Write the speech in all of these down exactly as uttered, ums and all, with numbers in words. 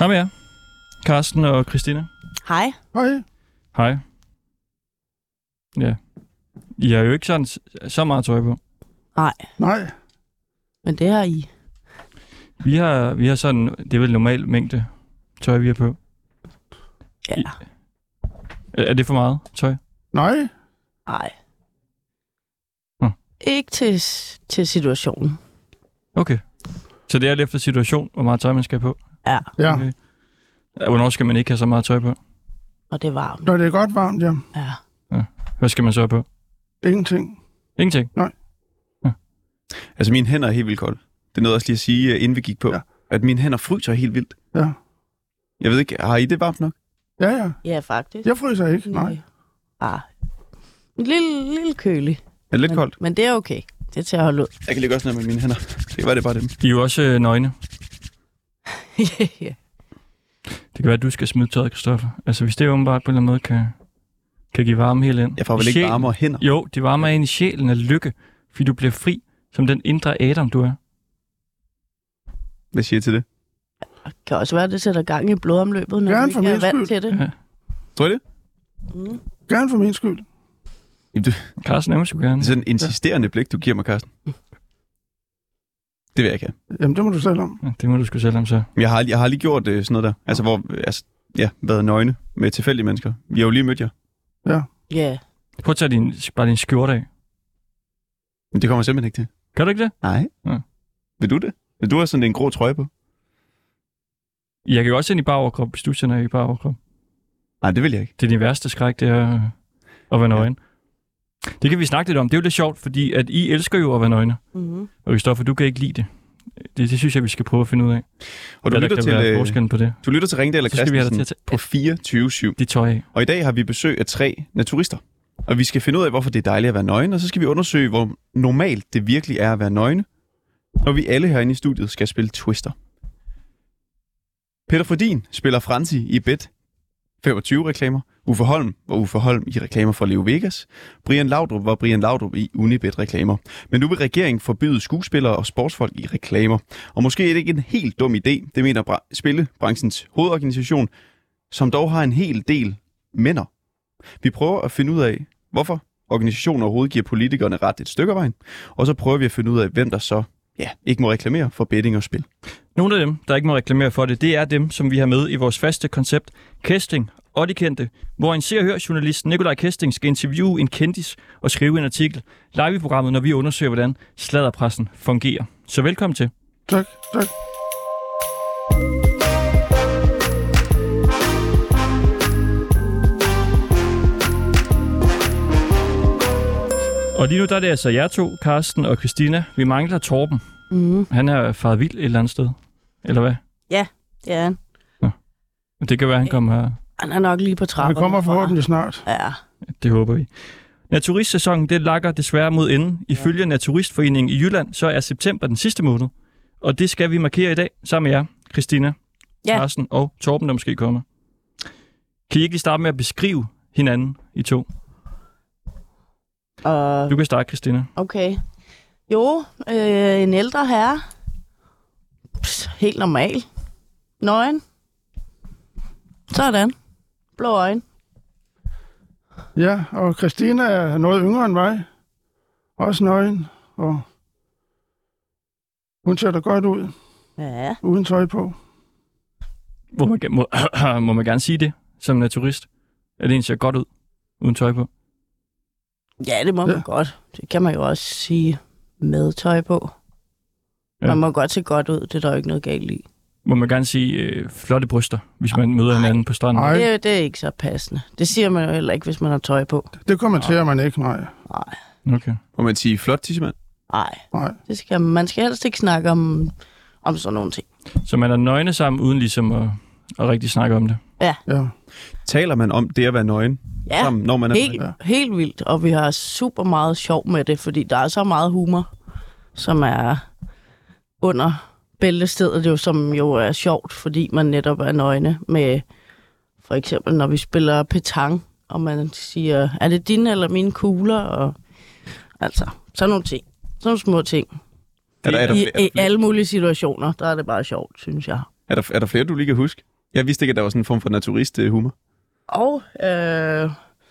Hej med jer. Karsten og Christina. Hej. Hej. Hej. Ja. I har jo ikke sådan så meget tøj på. Nej. Nej. Men det har I. Vi har, vi har sådan, det er vel normal mængde tøj, vi har på. Ja. I, er det for meget tøj? Nej. Nej. Hm. Ikke til, til situationen. Okay. Så det er efter situation, hvor meget tøj man skal have på? Ja. Ja. Okay. Hvornår skal man ikke have så meget tøj på? Og det er varmt. Når det er godt varmt, ja. Ja. Ja. Hvad skal man så have på? Ingenting. Ingenting? Nej. Ja. Altså, mine hænder er helt vildt kolde. Det er noget, jeg også lige at sige, inden vi gik på. Ja. At mine hænder fryser helt vildt. Ja. Jeg ved ikke, har I det varmt nok? Ja, ja. Ja, faktisk. Jeg fryser ikke, nej. Ah. En lille, lille kølig. Er det lidt men, koldt? Men det er okay. Det er til at holde ud. Jeg kan lige også noget med mine hænder. Det var det bare dem. De er jo også øh, nøgne. Ja. Det kan være, at du skal smide tøjet, Christoffer. Altså, hvis det åbenbart på en eller anden måde kan, kan give varme helt ind. Jeg får vel ikke varmere hænder? Jo, det varmer ind i sjælen af lykke, fordi du bliver fri, som den indre Adam, du er. Hvad siger I til det? Det kan også være, at det sætter gang i blodomløbet, når Gerne vi for ikke er min vant skyld. til det. Ja. Tror I det? Mm. Gerne for min skyld. Jamen, du, Karsten er jo gerne. det er sådan en insisterende blik, du giver mig, Karsten. Det vil jeg ikke have. Jamen, det må du selv om. Ja, det må du sgu selv om så. Men Jeg har, aldrig- jeg har aldrig gjort øh, sådan noget der. Altså, hvor, altså, ja, været nøgne med tilfældige mennesker. Vi har jo lige mødt jer. Ja. Ja. Prøv at tage din, bare din skjorte af. Men det kommer jeg simpelthen ikke til. Kan du ikke det? Nej. Ja. Vil du det? Vil du have sådan en grå trøje på? Jeg kan jo også sende i bare overkrop, hvis du sender i bare overkrop. Nej, det vil jeg ikke. Det er din værste skræk, det er øh, at være nøgen. Ja. Det kan vi snakke lidt om. Det er jo lidt sjovt, fordi at I elsker jo at være nøgne. Mm-hmm. Og Christoffer, du kan ikke lide det. det. Det synes jeg, vi skal prøve at finde ud af. Og du Hvad der lytter, kan til, være øh, forskellen på det. du lytter til Ringdal og Så skal vi have dig Christensen til at på fireogtyve syv. Det tøj af. Og i dag har vi besøg af tre naturister. Og vi skal finde ud af, hvorfor det er dejligt at være nøgen, og så skal vi undersøge, hvor normalt det virkelig er at være nøgne, når vi alle herinde i studiet skal spille Twister. Peter Frodin spiller Franzi i Bet femogtyve-reklamer. Uffe Holm var Uffe Holm i reklamer for Leo Vegas. Brian Laudrup var Brian Laudrup i Unibet-reklamer. Men nu vil regeringen forbyde skuespillere og sportsfolk i reklamer. Og måske er det ikke en helt dum idé, det mener bra- spillebranchens hovedorganisation, som dog har en hel del mænd. Vi prøver at finde ud af, hvorfor organisationen overhovedet giver politikerne ret et stykke af vejen. Og så prøver vi at finde ud af, hvem der så ja, ikke må reklamere for betting og spil. Nogle af dem, der ikke må reklamere for det, det er dem, som vi har med i vores faste koncept, Kesting og de kendte, hvor en se- og hør-journalist, Nikolaj Kesting, skal interviewe en kendis og skrive en artikel live i programmet, når vi undersøger, hvordan sladderpressen fungerer. Så velkommen til. Tak, tak. Og lige nu der er det altså jer to, Karsten og Christina. Vi mangler Torben. Mm-hmm. Han er faret vild et eller andet sted. Eller hvad? Ja, det er han. Det kan være, han kommer her. Han er nok lige på Vi trapperne. kommer forhåbentlig snart. Ja. Det håber vi. Naturistsæsonen, det lakker desværre mod enden. Ifølge Naturistforeningen i Jylland, så er september den sidste måned. Og det skal vi markere i dag, sammen med jer, Christina, Ja. Karsten og Torben, der måske kommer. Kan I ikke lige starte med at beskrive hinanden, I to? Og Du kan starte, Christina. okay. Jo, øh, en ældre herre. Pss, helt normal. Nøgen. Sådan. Blå øjne. Ja, og Christina er noget yngre end mig. Også nøgen, og hun ser da godt ud, Ja. uden tøj på. Må man, må, må man gerne sige det, som naturist? At en ser godt ud, uden tøj på? Ja, det må Ja. man godt. Det kan man jo også sige med tøj på. Ja. Man må godt se godt ud. Det er der jo ikke noget galt i. Må man gerne sige øh, flotte bryster, hvis man møder hinanden på stranden? Nej. Det, det er ikke så passende. Det siger man jo heller ikke, hvis man har tøj på. Det kommenterer man ikke, nej. Nej, Okay. Må man sige flot tissemand? nej. Nej. Det skal, man skal helst ikke snakke om, om sådan nogle ting. Så man er nøgne sammen, uden ligesom at, at rigtig snakke om det? Ja. Taler man om det at være nøgen Ja, sammen, når man er helt, nøgen? helt vildt. Og vi har super meget sjov med det, fordi der er så meget humor, som er under bæltestedet, jo, som jo er sjovt, fordi man netop er nøgne med, for eksempel når vi spiller petang, og man siger, er det dine eller mine kugler? Og, altså, sådan nogle ting. Sådan nogle små ting. Er der, er, der, I, flere, er, I der flere, alle mulige situationer, der er det bare sjovt, synes jeg. er, der, er der flere, du lige kan huske? Jeg vidste ikke, at der var sådan en form for naturist-humor. Og, øh,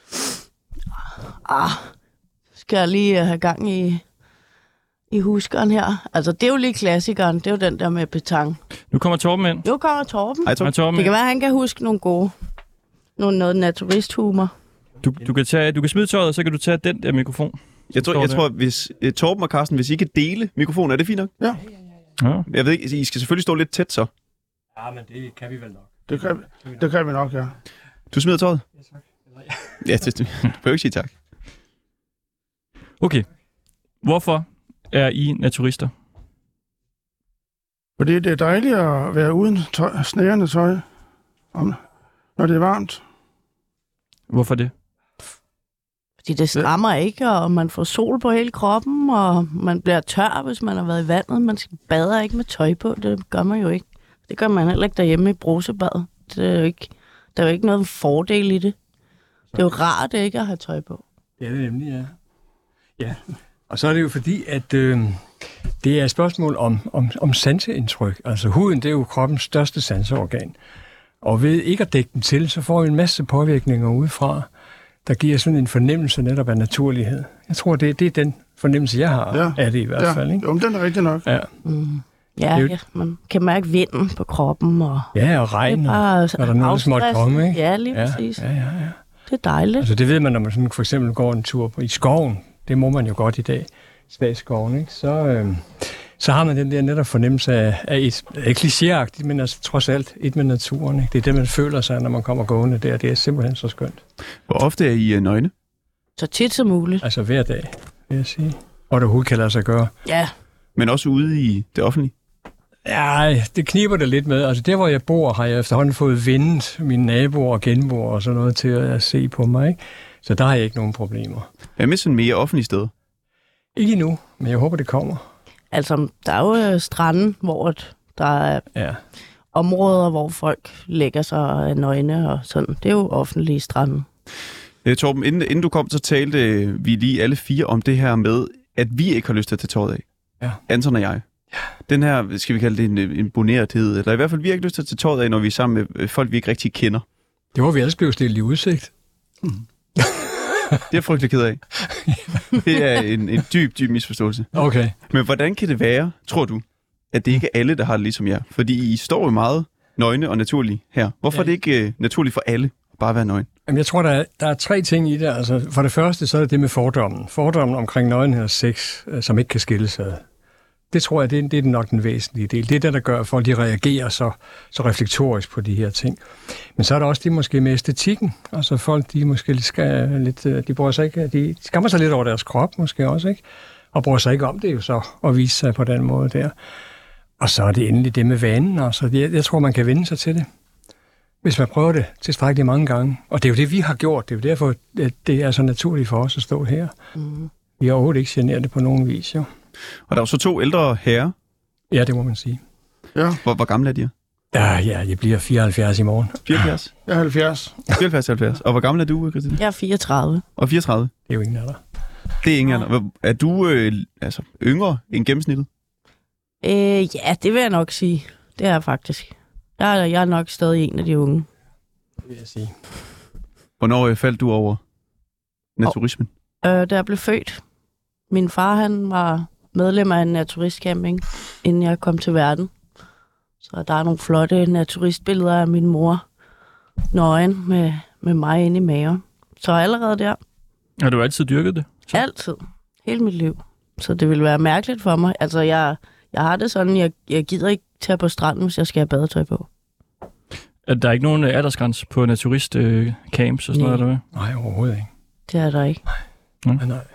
ah, skal jeg lige have gang i, i huskeren her. Altså, det er jo lige klassikeren. Det er jo den der med petang. Nu kommer Torben ind. Jo, kommer Torben. Hej, Torben. Hej, Torben. Det kan være, at han kan huske nogle gode. Nogle, noget naturisthumor. Du, du, kan tage, du kan smide tøjet, og så kan du tage den der mikrofon. Jeg tror, jeg tror hvis uh, Torben og Carsten, hvis I kan dele mikrofonen, er det fint nok? Ja. Ja. Jeg ved ikke, I skal selvfølgelig stå lidt tæt så. Ja, men det kan vi vel nok. Det kan, det kan vi nok, ja. Du smider tøjet? Ja, tak. Ja, det, du behøver ikke sige tak. Okay. Hvorfor er I naturister? Fordi det er dejligt at være uden tøj, snærende tøj, om, når det er varmt. Hvorfor det? Fordi det skræmmer ikke, og man får sol på hele kroppen, og man bliver tør, hvis man har været i vandet. Man bader ikke med tøj på, det gør man jo ikke. Det gør man heller ikke derhjemme i brusebadet. Det er jo ikke, der er jo ikke noget fordel i det. Det er jo rart ikke at have tøj på. Det er det nemlig, ja. Ja, og så er det jo fordi, at øh, det er et spørgsmål om, om, om sanseindtryk. Altså huden, det er jo kroppens største sanseorgan. Og ved ikke at dække den til, så får vi en masse påvirkninger udefra, der giver sådan en fornemmelse netop af naturlighed. Jeg tror, det, det er den fornemmelse, jeg har Ja. af det i hvert Ja, fald. Ikke? jo, men den er rigtig nok. Ja. Mm. Ja, Det er jo- ja, man kan mærke vinden på kroppen, og ja, og regn, det er og bare er der noget, der småt afstressende. komme, ikke? Ja, lige Ja, præcis. ja, ja, ja. Det er dejligt. Altså det ved man, når man sådan for eksempel går en tur på, i skoven. Det må man jo godt i dag, statsskoven, ikke? Så, øh, så har man den der netop fornemmelse af, af et, ikke klichéagtigt, men altså trods alt et med naturen. Ikke? Det er det, man føler sig, når man kommer gående der. Det er simpelthen så skønt. Hvor ofte er I uh, nøgne? Så tit som muligt. Altså hver dag, vil jeg sige. Og det overhovedet kan lade sig gøre. Ja, Men også ude i det offentlige? Ja, det kniber det lidt med. Altså der, hvor jeg bor, har jeg efterhånden fået vendt mine naboer og genboer og sådan noget til at se på mig. Ikke? Så der har jeg ikke nogen problemer. Jeg med sådan mere offentlige steder. Ikke endnu, men jeg håber, det kommer. altså der er jo øh, stranden, hvor et- der er Ja. områder, hvor folk lægger sig nøgne og sådan. Det er jo offentlige strande. Øh, Torben, inden, inden du kom, så talte øh, vi lige alle fire om det her med, at vi ikke har lyst til at tage tøjet af. Ja. Anton og jeg. Ja. Den her, skal vi kalde det en, en bonerethed, eller i hvert fald, vi har ikke lyst til at tage tøjet af, når vi er sammen med øh, folk, vi ikke rigtig kender. Det var vi ellers blevet stillet i udsigt. Det er jeg frygtelig ked af. Det er en, en dyb, dyb misforståelse. Okay. Men hvordan kan det være, tror du, at det ikke er alle, der har det ligesom jer? Fordi I står jo meget nøgne og naturlige her. Hvorfor Ja. er det ikke øh, naturligt for alle at bare være nøgen? Jamen, jeg tror, der er, der er tre ting i det. Altså, for det første, så er det det med fordommen. Fordommen omkring nøgenhed og sex, øh, som ikke kan skilles ad. Det tror jeg, det er, det er nok den væsentlige del. Det er det, der gør, at folk de reagerer så, så reflektorisk på de her ting. Men så er der også det måske med æstetikken. Altså folk, de måske skal lidt, øh, de bruger sig ikke, de skammer sig lidt over deres krop måske også, ikke? Og bruger sig ikke om det jo så, at vise sig på den måde der. Og så er det endelig det med vanen. Altså, jeg, jeg tror, man kan vende sig til det, hvis man prøver det tilstrækkeligt mange gange. Og det er jo det, vi har gjort. Det er jo derfor, at det er så naturligt for os at stå her. Mm. Vi har overhovedet ikke generet det på nogen vis, jo. Og der er jo så to ældre herrer. Ja, det må man sige. Ja, Hvor, hvor gamle er de? Ja, ja, jeg bliver fireoghalvfjerds i morgen. fireoghalvfjerds? jeg er halvfjerds. fireoghalvfjerds, halvfjerds. Og hvor gammel er du, Christine? Jeg er fireogtredive. Og fireogtredive? Det er jo ingen af dig. Det er ingen af jer. Er du øh, altså, yngre end gennemsnittet? Øh, ja, det vil jeg nok sige. Det er jeg faktisk. Jeg er, jeg er nok stadig en af de unge. Det vil jeg sige. Hvornår øh, faldt du over naturismen? Øh, da jeg blev født. Min far, han var medlem af en naturistcamping, inden jeg kom til verden. Så der er nogle flotte naturistbilleder af min mor nøgen med, med mig inde i maven. Så allerede der, Har du altid dyrket det? Så. altid, hele mit liv. Så det ville være mærkeligt for mig. Altså, jeg, jeg har det sådan, jeg, jeg gider ikke tage på stranden, hvis jeg skal have badetøj på. At der er ikke nogen øh, aldersgrænse på naturistcamps og sådan Nej. noget, eller hvad? Nej, overhovedet ikke. Det er der ikke. Nej, nej.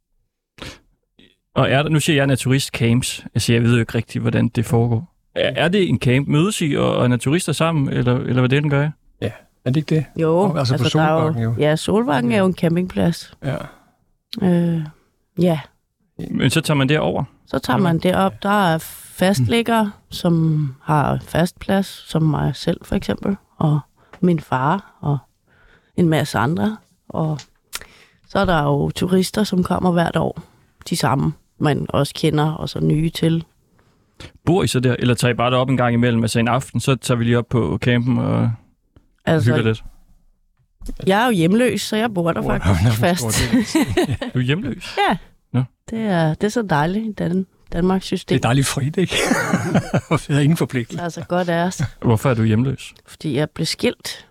Og er der, nu siger jeg naturistcamps. Altså, jeg ved jo ikke rigtigt, hvordan det foregår. Er, er det en camp? Mødes I og, og er naturister sammen, eller, eller hvad det den gør? Er det ikke det? Jo, Altså på der er Solbakken jo. Ja, Solbakken er jo en campingplads. Ja. Øh, ja, Men så tager man derover. så tager man det op. Der er fastliggere, som har fast plads, som mig selv for eksempel, og min far, og en masse andre. Og så er der jo turister, som kommer hvert år. De samme, man også kender, og så nye til. Bor I så der, eller tager I bare derop en gang imellem? Altså en aften, så tager vi lige op på campen og Altså, hygger lidt. jeg er jo hjemløs, så jeg bor der Bor der faktisk nærmest fast. stort Du er hjemløs? Ja, Nå. det er, det er så dejligt i Dan- Danmarks Det system. er dejligt frit, ikke? Det er ingen forpligtelse. Altså godt af os, Hvorfor er du hjemløs? fordi jeg blev skilt.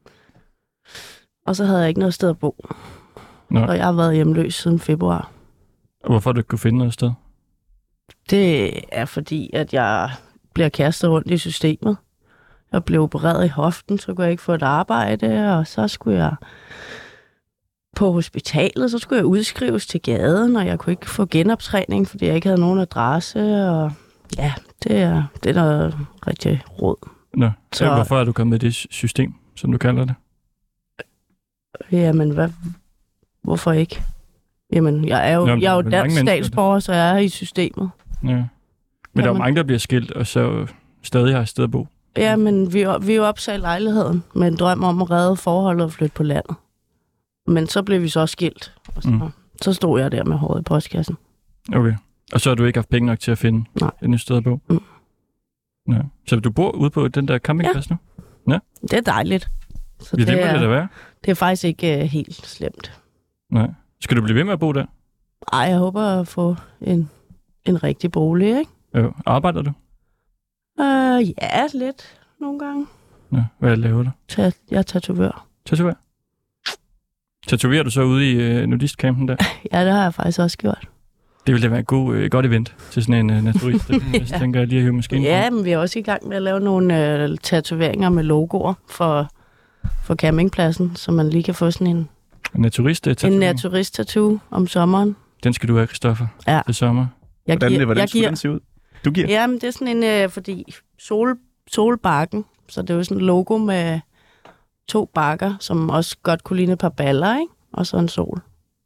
Og så havde jeg ikke noget sted at bo. Nå. Og jeg har været hjemløs siden februar. Hvorfor du ikke kunne finde noget sted? Det er fordi, at jeg bliver kastet rundt i systemet. Jeg blev opereret i hoften, så kunne jeg ikke få et arbejde, og så skulle jeg på hospitalet, så skulle jeg udskrives til gaden, og jeg kunne ikke få genoptræning, fordi jeg ikke havde nogen adresse, og ja, det er, det er noget rigtig råd. Nå, så... Så- hvorfor er du kommet i det system, som du kalder det? Jamen, hvad, hvorfor ikke? Jamen, jeg er jo, Nå, men jeg er jo der er mange dansk mennesker, statsborger, så jeg er i systemet. Ja. Men der er jo Jamen. mange, der bliver skilt, og så stadig har et sted at bo. Ja, men vi, vi er jo opsat i lejligheden med en drøm om at redde forholdet og flytte på landet. Men så blev vi så skilt, og så, Mm. mm. så stod jeg der med håret i postkassen. Okay. Og så har du ikke haft penge nok til at finde Nej. et nyt sted at bo? Mm. Ja. Så du bor ude på den der campingplads ja. nu? Det er dejligt. Så Ja, det må er, det da være. det er faktisk ikke uh, helt slemt. Nej. Skal du blive ved med at bo der? Ej, jeg håber at få en, en rigtig bolig, ikke? Jo. Arbejder du? Uh, ja, lidt nogle gange. Ja. Hvad laver du? Ta- jeg er tatovør. Tatoverer? Tatoverer du så ude i øh, nudistcampen der? Ja, det har jeg faktisk også gjort. Det ville da være et god, øh, godt event til sådan en øh, naturist. ja. Jeg tænker, jeg lige at hive maskinen på. Ja, men vi er også i gang med at lave nogle uh, tatoveringer med logoer for, for campingpladsen, så man lige kan få sådan en, En naturist øh, en tatovering. naturist-tattoo om sommeren. Den skal du have, Christoffer, Ja. til sommer. Jeg Hvordan, giver, hvordan jeg skulle giver, den se ud? Du giver? Jamen, det er sådan en, øh, fordi sol, solbakken, så det er jo sådan et logo med to bakker, som også godt kunne ligne et par baller, ikke? Og så en sol.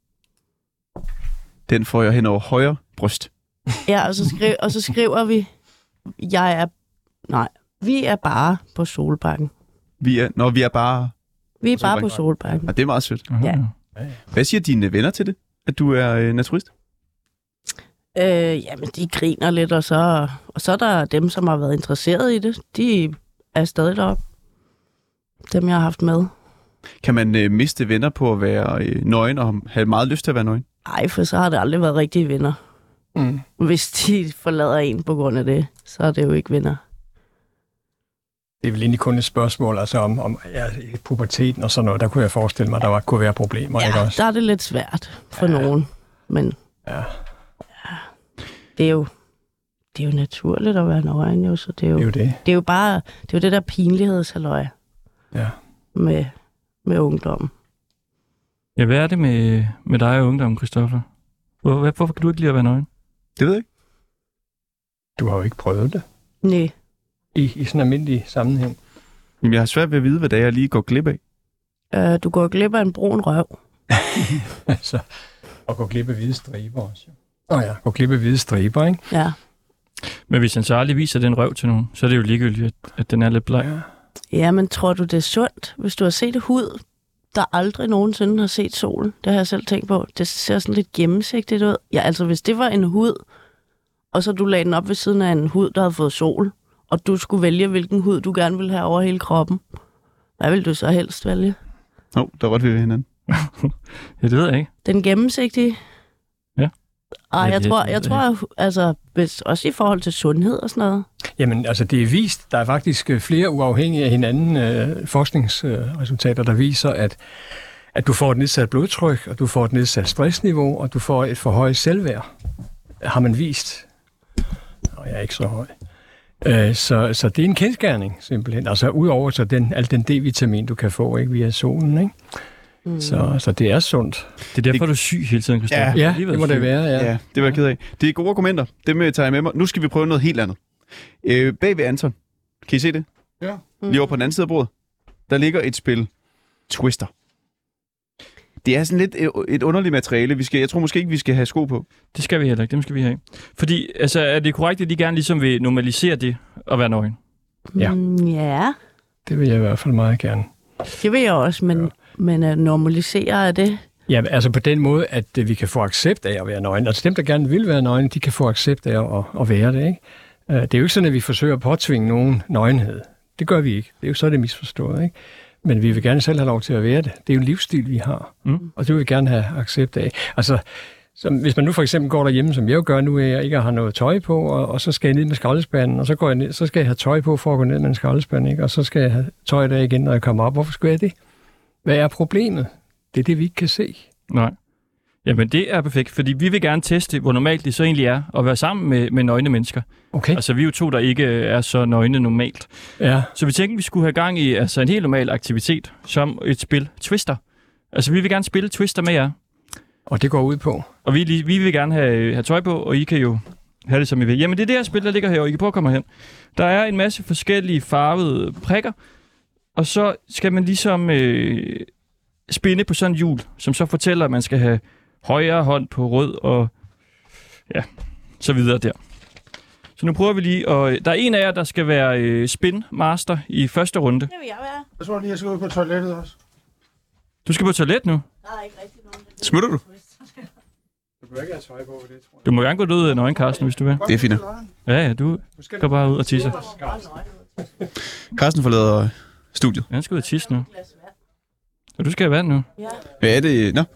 Den får jeg hen over højre bryst. Ja, og så, skriv, og så skriver vi, jeg er, nej, vi er bare på solbakken. Vi er, når vi er bare... Vi er bare på Solbakken. solbakken. Ja, det er meget sødt. Aha. Ja. Hvad siger dine venner til det, at du er øh, naturist? Øh, jamen, de griner lidt, og så, og så er der dem, som har været interesseret i det. De er stadig deroppe. Dem, jeg har haft med. Kan man øh, miste venner på at være øh, nøgen og have meget lyst til at være nøgen? Ej, for så har det aldrig været rigtige venner. Mm. Hvis de forlader en på grund af det, så er det jo ikke venner. Det er vel egentlig kun et spørgsmål altså om, om ja, i puberteten og sådan noget. Der kunne jeg forestille mig, at der var, kunne være problemer. Ikke Ja, også? der er det lidt svært for Ja. ja. nogen. Men Ja. ja, det er jo det er jo naturligt at være nøgen, jo, så det er jo, Det er jo det. det er jo bare det er jo det der pinlighedshalløj Ja. med, med ungdommen. Ja, hvad er det med, med dig og ungdommen, Christoffer? Hvor, hvad, hvorfor kan du ikke lide at være nøgen? Det ved jeg ikke. Du har jo ikke prøvet det Nej, i, i sådan en almindelig sammenhæng. Jamen, jeg har svært ved at vide, hvad det er, jeg lige går glip af. øh, du går glip af en brun røv. altså, og gå glip af hvide striber også. Åh oh ja, gå glip af hvide striber, ikke? Ja. Men hvis han så aldrig viser den røv til nogen, så er det jo ligegyldigt, at, at den er lidt bleg. Ja. Ja, men tror du, det er sundt, hvis du har set et hud, der aldrig nogensinde har set solen? Det har jeg selv tænkt på. Det ser sådan lidt gennemsigtigt ud. Ja, altså hvis det var en hud, og så du lagde den op ved siden af en hud, der havde fået sol, og du skulle vælge, hvilken hud du gerne ville have over hele kroppen, hvad vil du så helst vælge? Nå, oh, der rørte vi ved hinanden. Ja, det ved jeg ikke. Den gennemsigtige? Ja. Ej, Ja, jeg det- tror, jeg det- tror altså, hvis, også i forhold til sundhed og sådan noget. Jamen, altså det er vist, der er faktisk øh, flere uafhængige af hinanden øh, forskningsresultater, der viser, at, at du får et nedsat blodtryk, og du får et nedsat stressniveau, og du får et forhøjet selvværd. Har man vist. Og jeg er ikke så høj. Øh, så, så det er en kendsgerning, simpelthen. Altså udover så den, al den D-vitamin, du kan få ikke, via solen, ikke? Mm. Så, så det er sundt. Det er derfor, du er syg hele tiden, Christoffer. Ja, Du har Ja, lige det været må det syg. være, ja. Ja, ja det var jeg ked af. Det er gode argumenter. Dem øh, tager jeg med mig. Nu skal vi prøve noget helt andet. Øh, bag ved Anton. Kan I se det? Ja. Lige over på den anden side af bordet. Der ligger et spil Twister. Det er sådan lidt øh, et underligt materiale. Vi skal, jeg tror måske ikke, vi skal have sko på. Det skal vi heller ikke. Dem skal vi have. Fordi, altså, er det korrekt, at de gerne ligesom vil normalisere det at være nøgen? Ja. Mm, ja, Det vil jeg i hvert fald meget gerne. det vil jeg også, men, ja. men at normalisere af det. Ja, altså på den måde, at øh, vi kan få accept af at være nøgen. Altså dem, der gerne vil være nøgen, de kan få accept af at, at være det, ikke? Uh, det er jo ikke sådan, at vi forsøger at påtvinge nogen nøgenhed. Det gør vi ikke. Det er jo så det misforstået, ikke? Men vi vil gerne selv have lov til at være det. Det er jo en livsstil, vi har. Mm. Og det vil vi gerne have accept af. Altså, som, hvis man nu for eksempel går derhjemme, som jeg jo gør nu, er jeg ikke har noget tøj på, og, og så skal jeg ned med skraldespanden, og så, går jeg ned, så skal jeg have tøj på for at gå ned med en skraldespand, ikke? Og så skal jeg have tøj der igen, når jeg kommer op. Hvorfor skal jeg det? Hvad er problemet? Det er det, vi ikke kan se. Nej. Jamen, det er perfekt, fordi vi vil gerne teste, hvor normalt det så egentlig er at være sammen med, med nøgne mennesker. Okay. Altså, vi er jo to, der ikke er så nøgne normalt. Ja. Så vi tænkte, vi skulle have gang i altså, en helt normal aktivitet, som et spil Twister. Altså, vi vil gerne spille Twister med jer. Og det går ud på? Og vi, vi vil gerne have, have tøj på, og I kan jo have det, som I vil. Jamen, det er det her spil, der ligger her, og I kan prøve at komme hen. Der er en masse forskellige farvede prikker, og så skal man ligesom øh, spinde på sådan en hjul, som så fortæller, at man skal have højre hånd på rød, og ja, så videre der. Så nu prøver vi lige, og der er en af jer, der skal være øh, spin master i første runde. Det vil jeg være. Jeg tror lige, jeg skal ud på toilettet også. Du skal på toilet nu? Der er ikke rigtig nogen. Smutter du? Du kan ikke have tøj på det, tror jeg. Du må gerne gå ud af nøgen, Carsten, hvis du vil. Det er fint. Ja, ja, du går bare ud og tisser. Carsten forlader studiet. Ja, han skal ud og tisse nu. Og du skal have vand nu. Ja. Hvad er det? Nå.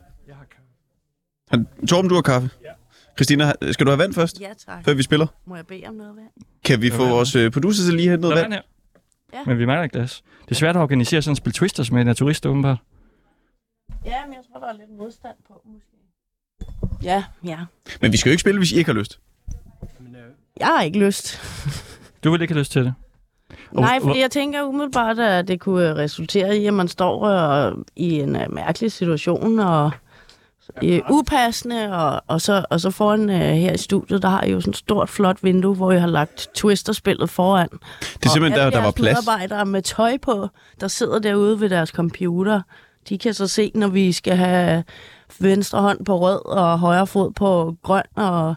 Han, Torben, du har kaffe? Ja. Christina, skal du have vand først? Ja, tak. Før vi spiller? Må jeg bede om noget vand? Kan vi få vand. vores uh, producer til lige at hente noget Der er vand? vand her. Ja. Men vi mangler et glas. Det er svært at organisere sådan et spil Twisters med naturister, åbenbart. Ja, men jeg tror, der er lidt modstand på, måske. Ja, ja. Men vi skal jo ikke spille, hvis I ikke har lyst. Jeg har ikke lyst. Du vil ikke have lyst til det? Og, Nej, hvor- fordi jeg tænker umiddelbart, at det kunne resultere i, at man står øh, i en uh, mærkelig situation, og uh, upassende, og, og, så, og så foran uh, her i studiet, der har I jo sådan et stort, flot vindue, hvor jeg har lagt Twister-spillet foran. Det er simpelthen der, der var plads. Og medarbejdere med tøj på, der sidder derude ved deres computer, de kan så se, når vi skal have venstre hånd på rød og højre fod på grøn, og,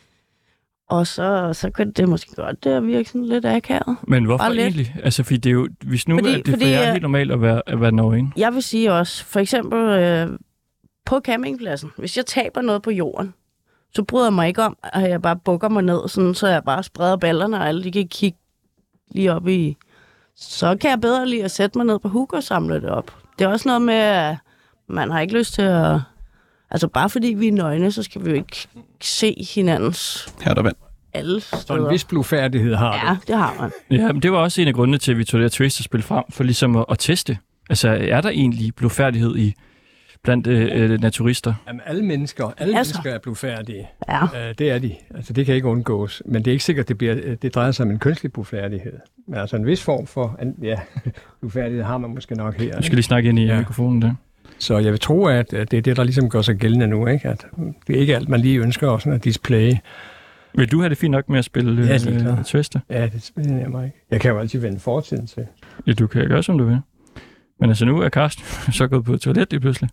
og så, så kan det måske godt det at virke sådan lidt akavet. Men hvorfor Bare lidt. egentlig? Altså, fordi det er jo, hvis nu Fordi- fordi, er det fordi, for jer øh, helt normalt at være, at være nøgen. Jeg vil sige også, for eksempel øh, på campingpladsen, hvis jeg taber noget på jorden, så bryder jeg mig ikke om, at jeg bare bukker mig ned, sådan, så jeg bare spreder ballerne, og alle de kan kigge lige op i. Så kan jeg bedre lige at sætte mig ned på huk og samle det op. Det er også noget med, at man har ikke lyst til at... Altså bare fordi vi er nøgne, så skal vi jo ikke se hinandens Her er der vand. alle Så en steder. vis blufærdighed har Ja, det har man. Ja, men det var også en af grundene til, at vi tog det her Twister-spil frem, for ligesom at, at teste. Altså, er der egentlig blufærdighed i blandt øh, øh, naturister? Jamen, alle mennesker, alle Altså. mennesker er blufærdige. Ja. Uh, det er de. Altså, det kan ikke undgås. Men det er ikke sikkert, det, bliver, det drejer sig om en kønslig blufærdighed. Men altså en vis form for ja, blufærdighed har man måske nok her. Du skal lige snakke ind i Ja. ja. mikrofonen der. Så jeg vil tro, at det er det, der ligesom gør sig gældende nu. Ikke? At det er ikke alt, man lige ønsker også at displaye. Vil du have det fint nok med at spille Ja, øh, det er klart. øh, Twister? Ja, det spiller jeg mig ikke. Jeg kan jo altid vende fortiden til. Ja, du kan gøre, som du vil. Men altså, nu er Carsten så gået på toilet lige pludselig.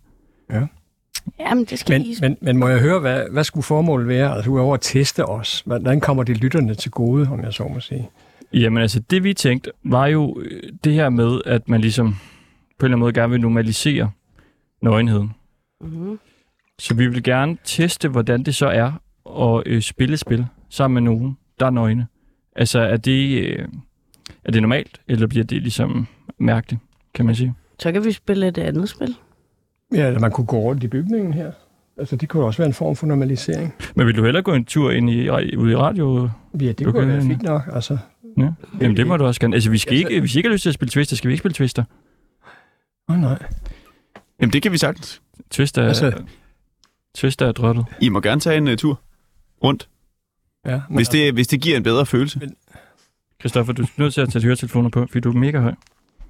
Jamen, det skal Men, lige... men, men må jeg høre, hvad, hvad skulle formålet være? Altså udover at teste os. Hvordan kommer det lytterne til gode, om jeg så må sige? Jamen altså, det vi tænkte, var jo øh, det her med, at man ligesom på en eller anden måde gerne vil normalisere nøgenheden. Mm-hmm. Så vi vil gerne teste, hvordan det så er at øh, spille spil sammen med nogen, der er nøgne. Altså, er det, øh, er det normalt, eller bliver det ligesom mærkeligt, kan man sige? Så kan vi spille et andet spil. Ja, eller man kunne gå rundt i bygningen her. Altså det kunne også være en form for normalisering. Men vil du hellere gå en tur ind i, ude i radio? Ja, det Okay, kunne være ja. fint nok. Altså, Ja. Jamen, det må du også gerne. Altså, vi skal Altså- ikke, hvis I ikke har lyst til at spille Twister, skal vi ikke spille Twister. åh oh, nej. Jamen, det kan vi sagtens. Twister, Altså- altså, Twister er drøttet. I må gerne tage en uh, tur rundt, Ja, men hvis det, hvis det giver en bedre følelse. Christoffer, du er nødt til at tage høretelefoner på, fordi du er mega høj. Det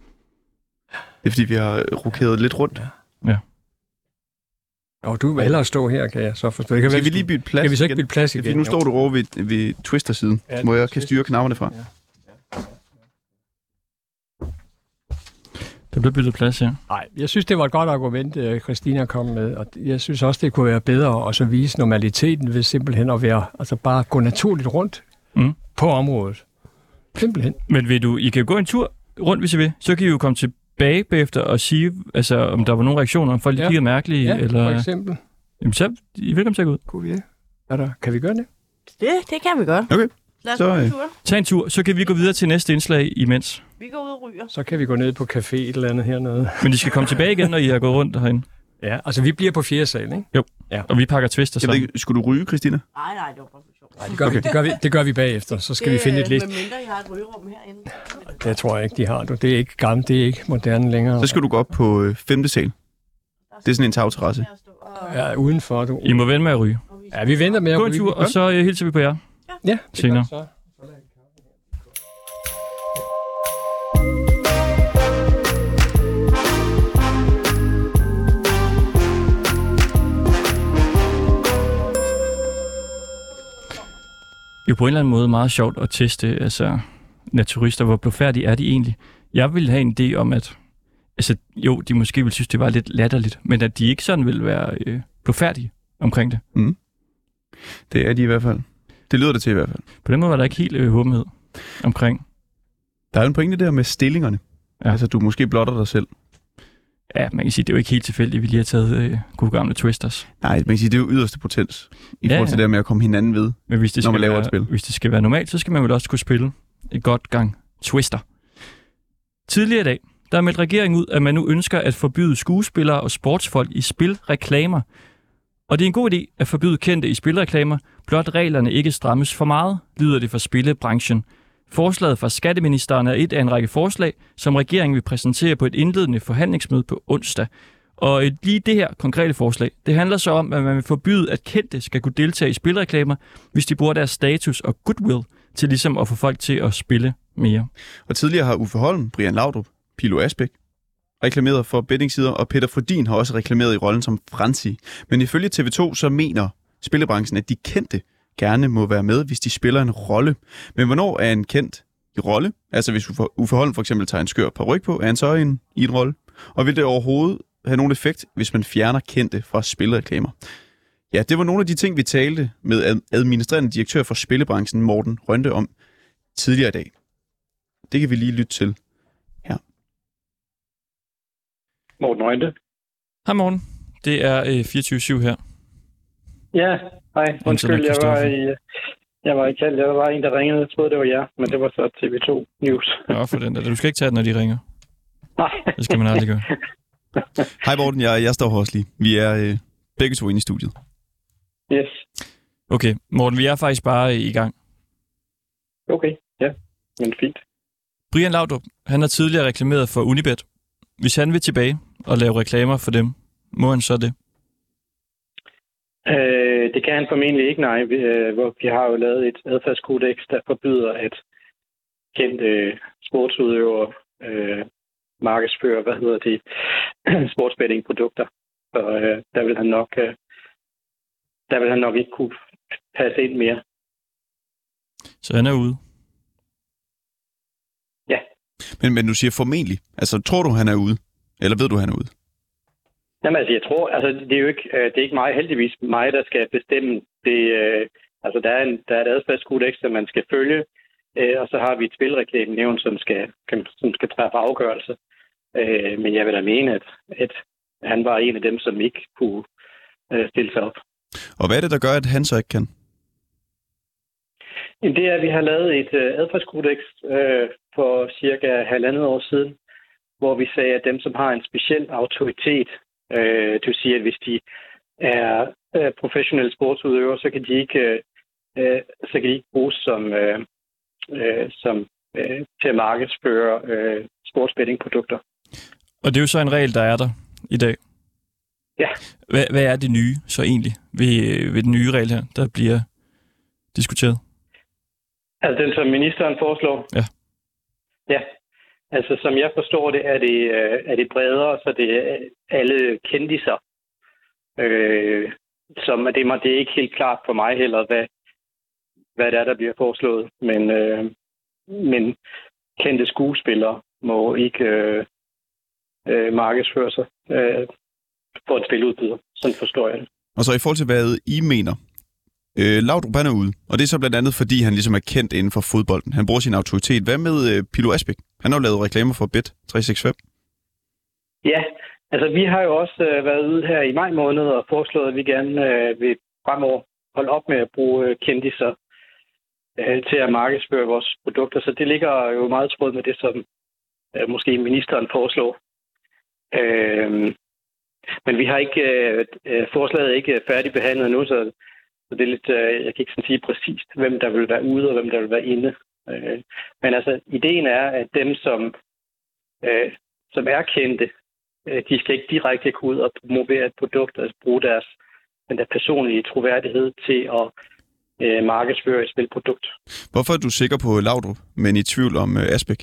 er, fordi vi har rokeret lidt rundt. Og du vil hellere stå her, kan jeg så forstå. Det kan Skal være, vi lige bytte plads Kan vi så ikke igen? bytte plads Ja, igen? fordi nu står du over ved, ved Twister-siden, Ja, hvor jeg det- kan styre knapperne fra. Ja. Der blev byttet plads her. Nej, jeg synes, det var et godt argument, øh, Christina kom med, og jeg synes også, det kunne være bedre at så vise normaliteten ved simpelthen at være, altså bare gå naturligt rundt Mm. på området. Simpelthen. Men vil du, I kan gå en tur rundt, hvis I vil. Så kan I jo komme tilbage bagefter og sige, altså, om der var nogle reaktioner, om folk Ja. ja. kiggede mærkelige, Ja, eller... for eksempel. Jamen, så I er velkommen til at gå ud. Kunne vi det? Er der, kan vi gøre det? Det, det kan vi godt. Okay. Lad os Så, gå en øh, tur. Tag en tur, så kan vi gå videre til næste indslag imens. Vi går ud og ryger. Så kan vi gå ned på café et eller andet hernede. Men de skal komme tilbage igen, når I har gået rundt derinde. Ja, altså vi bliver på fjerde sal, ikke? Jo, Ja. og vi pakker twister Jeg ved sammen. ikke, skulle du ryge, Christina? Nej, nej, det var bare for sjovt. Nej, det gør, okay. vi, det, gør vi, det gør vi bagefter. Så skal det, vi finde et list. Med mindre I har et rygerum herinde. Det tror jeg ikke, de har. Du. Det er ikke gammelt, det er ikke moderne længere. Så skal du gå op på øh, femte sal. Det er sådan en tagterrasse. Ja, udenfor. Du. I må vente med at ryge. Ja, vi venter med at Gå en tur, og så uh, hilser vi på jer Ja, det senere. gør så. Det er på en eller anden måde meget sjovt at teste altså, naturister, hvor blufærdige er de egentlig. Jeg vil have en idé om, at altså, jo, de måske vil synes, det var lidt latterligt, men at de ikke sådan vil være øh, blufærdige omkring det. Mm. Det er de i hvert fald. Det lyder det til i hvert fald. På den måde var der ikke helt øh, åbenhed omkring. Der er jo en pointe der med stillingerne. Ja. Altså, du måske blotter dig selv. Ja, man kan sige, det er jo ikke helt tilfældigt, at vi lige har taget øh, gode gamle twisters. Nej, man kan sige, det er jo yderste potens. I Ja, forhold til ja. det med at komme hinanden ved. Men hvis det, Når skal man laver være, et spil. hvis det skal være normalt, så skal man vel også kunne spille et godt gang twister. Tidligere i dag, der har meldt regeringen ud, at man nu ønsker at forbyde skuespillere og sportsfolk i spilreklamer. Og det er en god idé at forbyde kendte i spilreklamer, blot reglerne ikke strammes for meget, lyder det for spillebranchen. Forslaget fra skatteministeren er et af en række forslag, som regeringen vil præsentere på et indledende forhandlingsmøde på onsdag. Og lige det her konkrete forslag, det handler så om, at man vil forbyde, at kendte skal kunne deltage i spilreklamer, hvis de bruger deres status og goodwill til ligesom at få folk til at spille mere. Og tidligere har Uffe Holm, Brian Laudrup, Pilo Asbæk reklameret for bettingsider, og Peter Frodin har også reklameret i rollen som Franzi. Men ifølge T V to, så mener spillebranchen, at de kendte gerne må være med, hvis de spiller en rolle. Men hvornår er en kendt i rolle? Altså hvis Uffe Holm for eksempel tager en skør paryk på, er han så en, i en rolle? Og vil det overhovedet have nogen effekt, hvis man fjerner kendte fra spilreklamer? Ja, det var nogle af de ting, vi talte med administrerende direktør for spillebranchen, Morten Rønte, om tidligere i dag. Det kan vi lige lytte til her. Morten Rønte. Hej morgen, det er øh, fireogtyve syv her. Ja, hej. Undskyld, jeg var i, jeg var i kald. Der var en, der ringede. Jeg troede, det var jer, men det var så T V to News. Ja, for den der. Du skal ikke tage den, når de ringer. Nej. Det skal man aldrig gøre. Hej Morten, jeg, jeg står her også lige. Vi er øh, begge to inde i studiet. Yes. Okay, Morten, vi er faktisk bare i gang. Okay, ja. Men fint. Brian Laudrup, han har tidligere reklameret for Unibet. Hvis han vil tilbage og lave reklamer for dem, må han så det? Øh, det kan han formentlig ikke, nej. Vi, øh, hvor vi har jo lavet et adfærdskodex, der forbyder, at kendte øh, sportsudøvere øh, markedsfører, hvad hedder det, sportsbettingprodukter. Så øh, der vil han nok øh, der vil han nok ikke kunne passe ind mere. Så han er ude? Ja. Men, men du siger formentlig. Altså, tror du, han er ude? Eller ved du, han er ude? Jamen altså, jeg tror, altså det er jo ikke, det er ikke mig, heldigvis mig, der skal bestemme det. Øh, altså der er, en, der er et adfærdskodex, som man skal følge, øh, og så har vi et spilreklamenævn, som skal, som skal træffe afgørelse. Øh, men jeg vil da mene, at, at han var en af dem, som ikke kunne øh, stille sig op. Og hvad er det, der gør, at han så ikke kan? Jamen, det er, at vi har lavet et øh, adfærdskodex øh, for cirka halvandet år siden, hvor vi sagde, at dem, som har en speciel autoritet, øh, det vil sige, at hvis de er øh, professionelle sportsudøvere, så kan de ikke, øh, så kan de ikke bruges som, øh, øh, som øh, til at markedsføre øh, sportsbettingprodukter. Og det er jo så en regel, der er der i dag. Ja. Hvad, hvad er det nye så egentlig ved, ved den nye regel her, der bliver diskuteret? Altså den, som ministeren foreslår? Ja. Ja. Altså, som jeg forstår det, er det, øh, er det bredere, så det er alle kendiser. Øh, som det, det er ikke helt klart for mig heller, hvad, hvad det er, der bliver foreslået. Men, øh, men kendte skuespillere må ikke øh, øh, markedsføre sig øh, for et spiludbyder. Sådan forstår jeg det. Og så i forhold til, hvad I mener, Øh, Laudrup, han er ude, og det er så blandt andet, fordi han ligesom er kendt inden for fodbolden. Han bruger sin autoritet. Hvad med øh, Pilo Asbæk? Han har jo lavet reklamer for Bet tre seks fem. Ja, altså vi har jo også øh, været ude her i maj måned og foreslået, at vi gerne øh, vil fremover holde op med at bruge øh, kendiser øh, til at markedsføre vores produkter. Så det ligger jo meget tråd med det, som øh, måske ministeren foreslår. Øh, men vi har ikke, øh, forslaget er ikke færdigbehandlet nu, så, så det er lidt, øh, jeg kan ikke sådan sige præcist, hvem der vil være ude og hvem der vil være inde. Øh, men altså, ideen er, at dem, som, øh, som er kendte, øh, de skal ikke direkte gå ud og promovere et produkt og bruge deres den der personlige troværdighed til at øh, markedsføre et spilprodukt. Hvorfor er du sikker på Laudrup, men i tvivl om øh, Asbæk?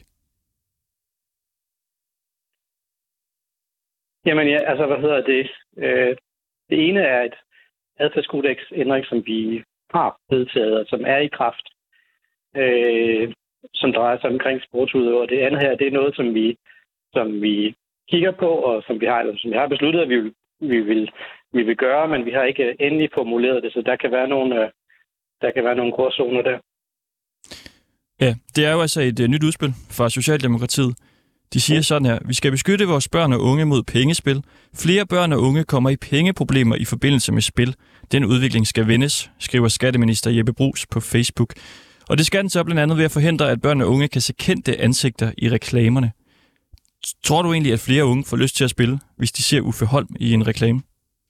Jamen ja, altså hvad hedder det? Øh, det ene er et adfærdskodeksændring, som vi har vedtaget, og som er i kraft, øh, som drejer sig omkring sportsudøvere. Det andet her, det er noget, som vi, som vi kigger på, og som vi har, eller som vi har besluttet, at vi vil, vi vil, vi vil gøre, men vi har ikke endelig formuleret det, så der kan være nogle, øh, der kan være nogle gråzoner der. Ja, det er jo altså et uh, nyt udspil fra Socialdemokratiet. De siger sådan her: vi skal beskytte vores børn og unge mod pengespil. Flere børn og unge kommer i pengeproblemer i forbindelse med spil. Den udvikling skal vendes, skriver skatteminister Jeppe Bruus på Facebook. Og det skal den så blandt andet ved at forhindre, at børn og unge kan se kendte ansigter i reklamerne. Tror du egentlig, at flere unge får lyst til at spille, hvis de ser Uffe Holm i en reklame?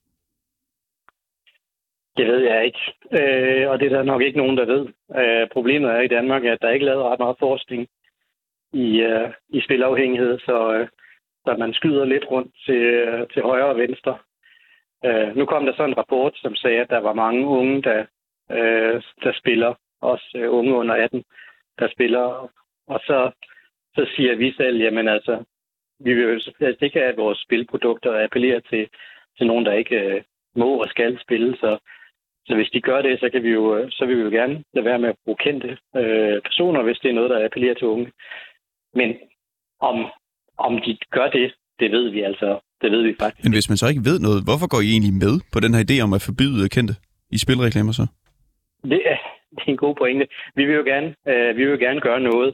Det ved jeg ikke, øh, og det er der nok ikke nogen, der ved. Øh, problemet er i Danmark, at der ikke er lavet ret meget forskning i, øh, i spilafhængighed, så, øh, så man skyder lidt rundt til, øh, til højre og venstre. Øh, nu kom der så en rapport, som sagde, at der var mange unge, der, øh, der spiller, også øh, unge under atten, der spiller, og så, så siger vi selv, jamen altså, vi vil jo altså ikke have, at vores spilprodukter appellerer til, til nogen, der ikke øh, må og skal spille, så Så hvis de gør det, så kan vi jo, så vil vi jo gerne lade være med at bruge kendte øh, personer, hvis det er noget, der appellerer til unge. Men om, om de gør det, det ved vi altså. Det ved vi faktisk. Men hvis man så ikke ved noget, hvorfor går I egentlig med på den her idé om at forbyde kendte i spilreklamer så? Det er, det er en god pointe. Vi vil jo gerne, øh, vi vil jo gerne gøre noget.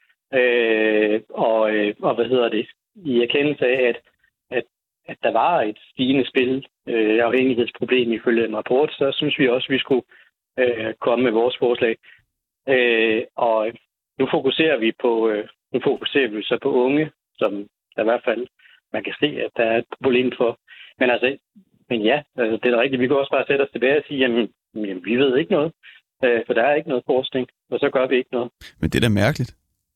Øh, og, øh, og hvad hedder det? I erkendelse af, at at der var et stigende spil øh, afhængighedsproblem ifølge en rapport, så synes vi også, at vi skulle øh, komme med vores forslag. Øh, og nu fokuserer vi på øh, nu fokuserer vi så på unge, som der i hvert fald man kan se, at der er et problem for. Men altså, men ja, altså, det er da rigtigt. Vi kan også bare sætte os tilbage og sige, jamen, jamen vi ved ikke noget, øh, for der er ikke noget forskning, og så gør vi ikke noget. Men det er da mærkeligt.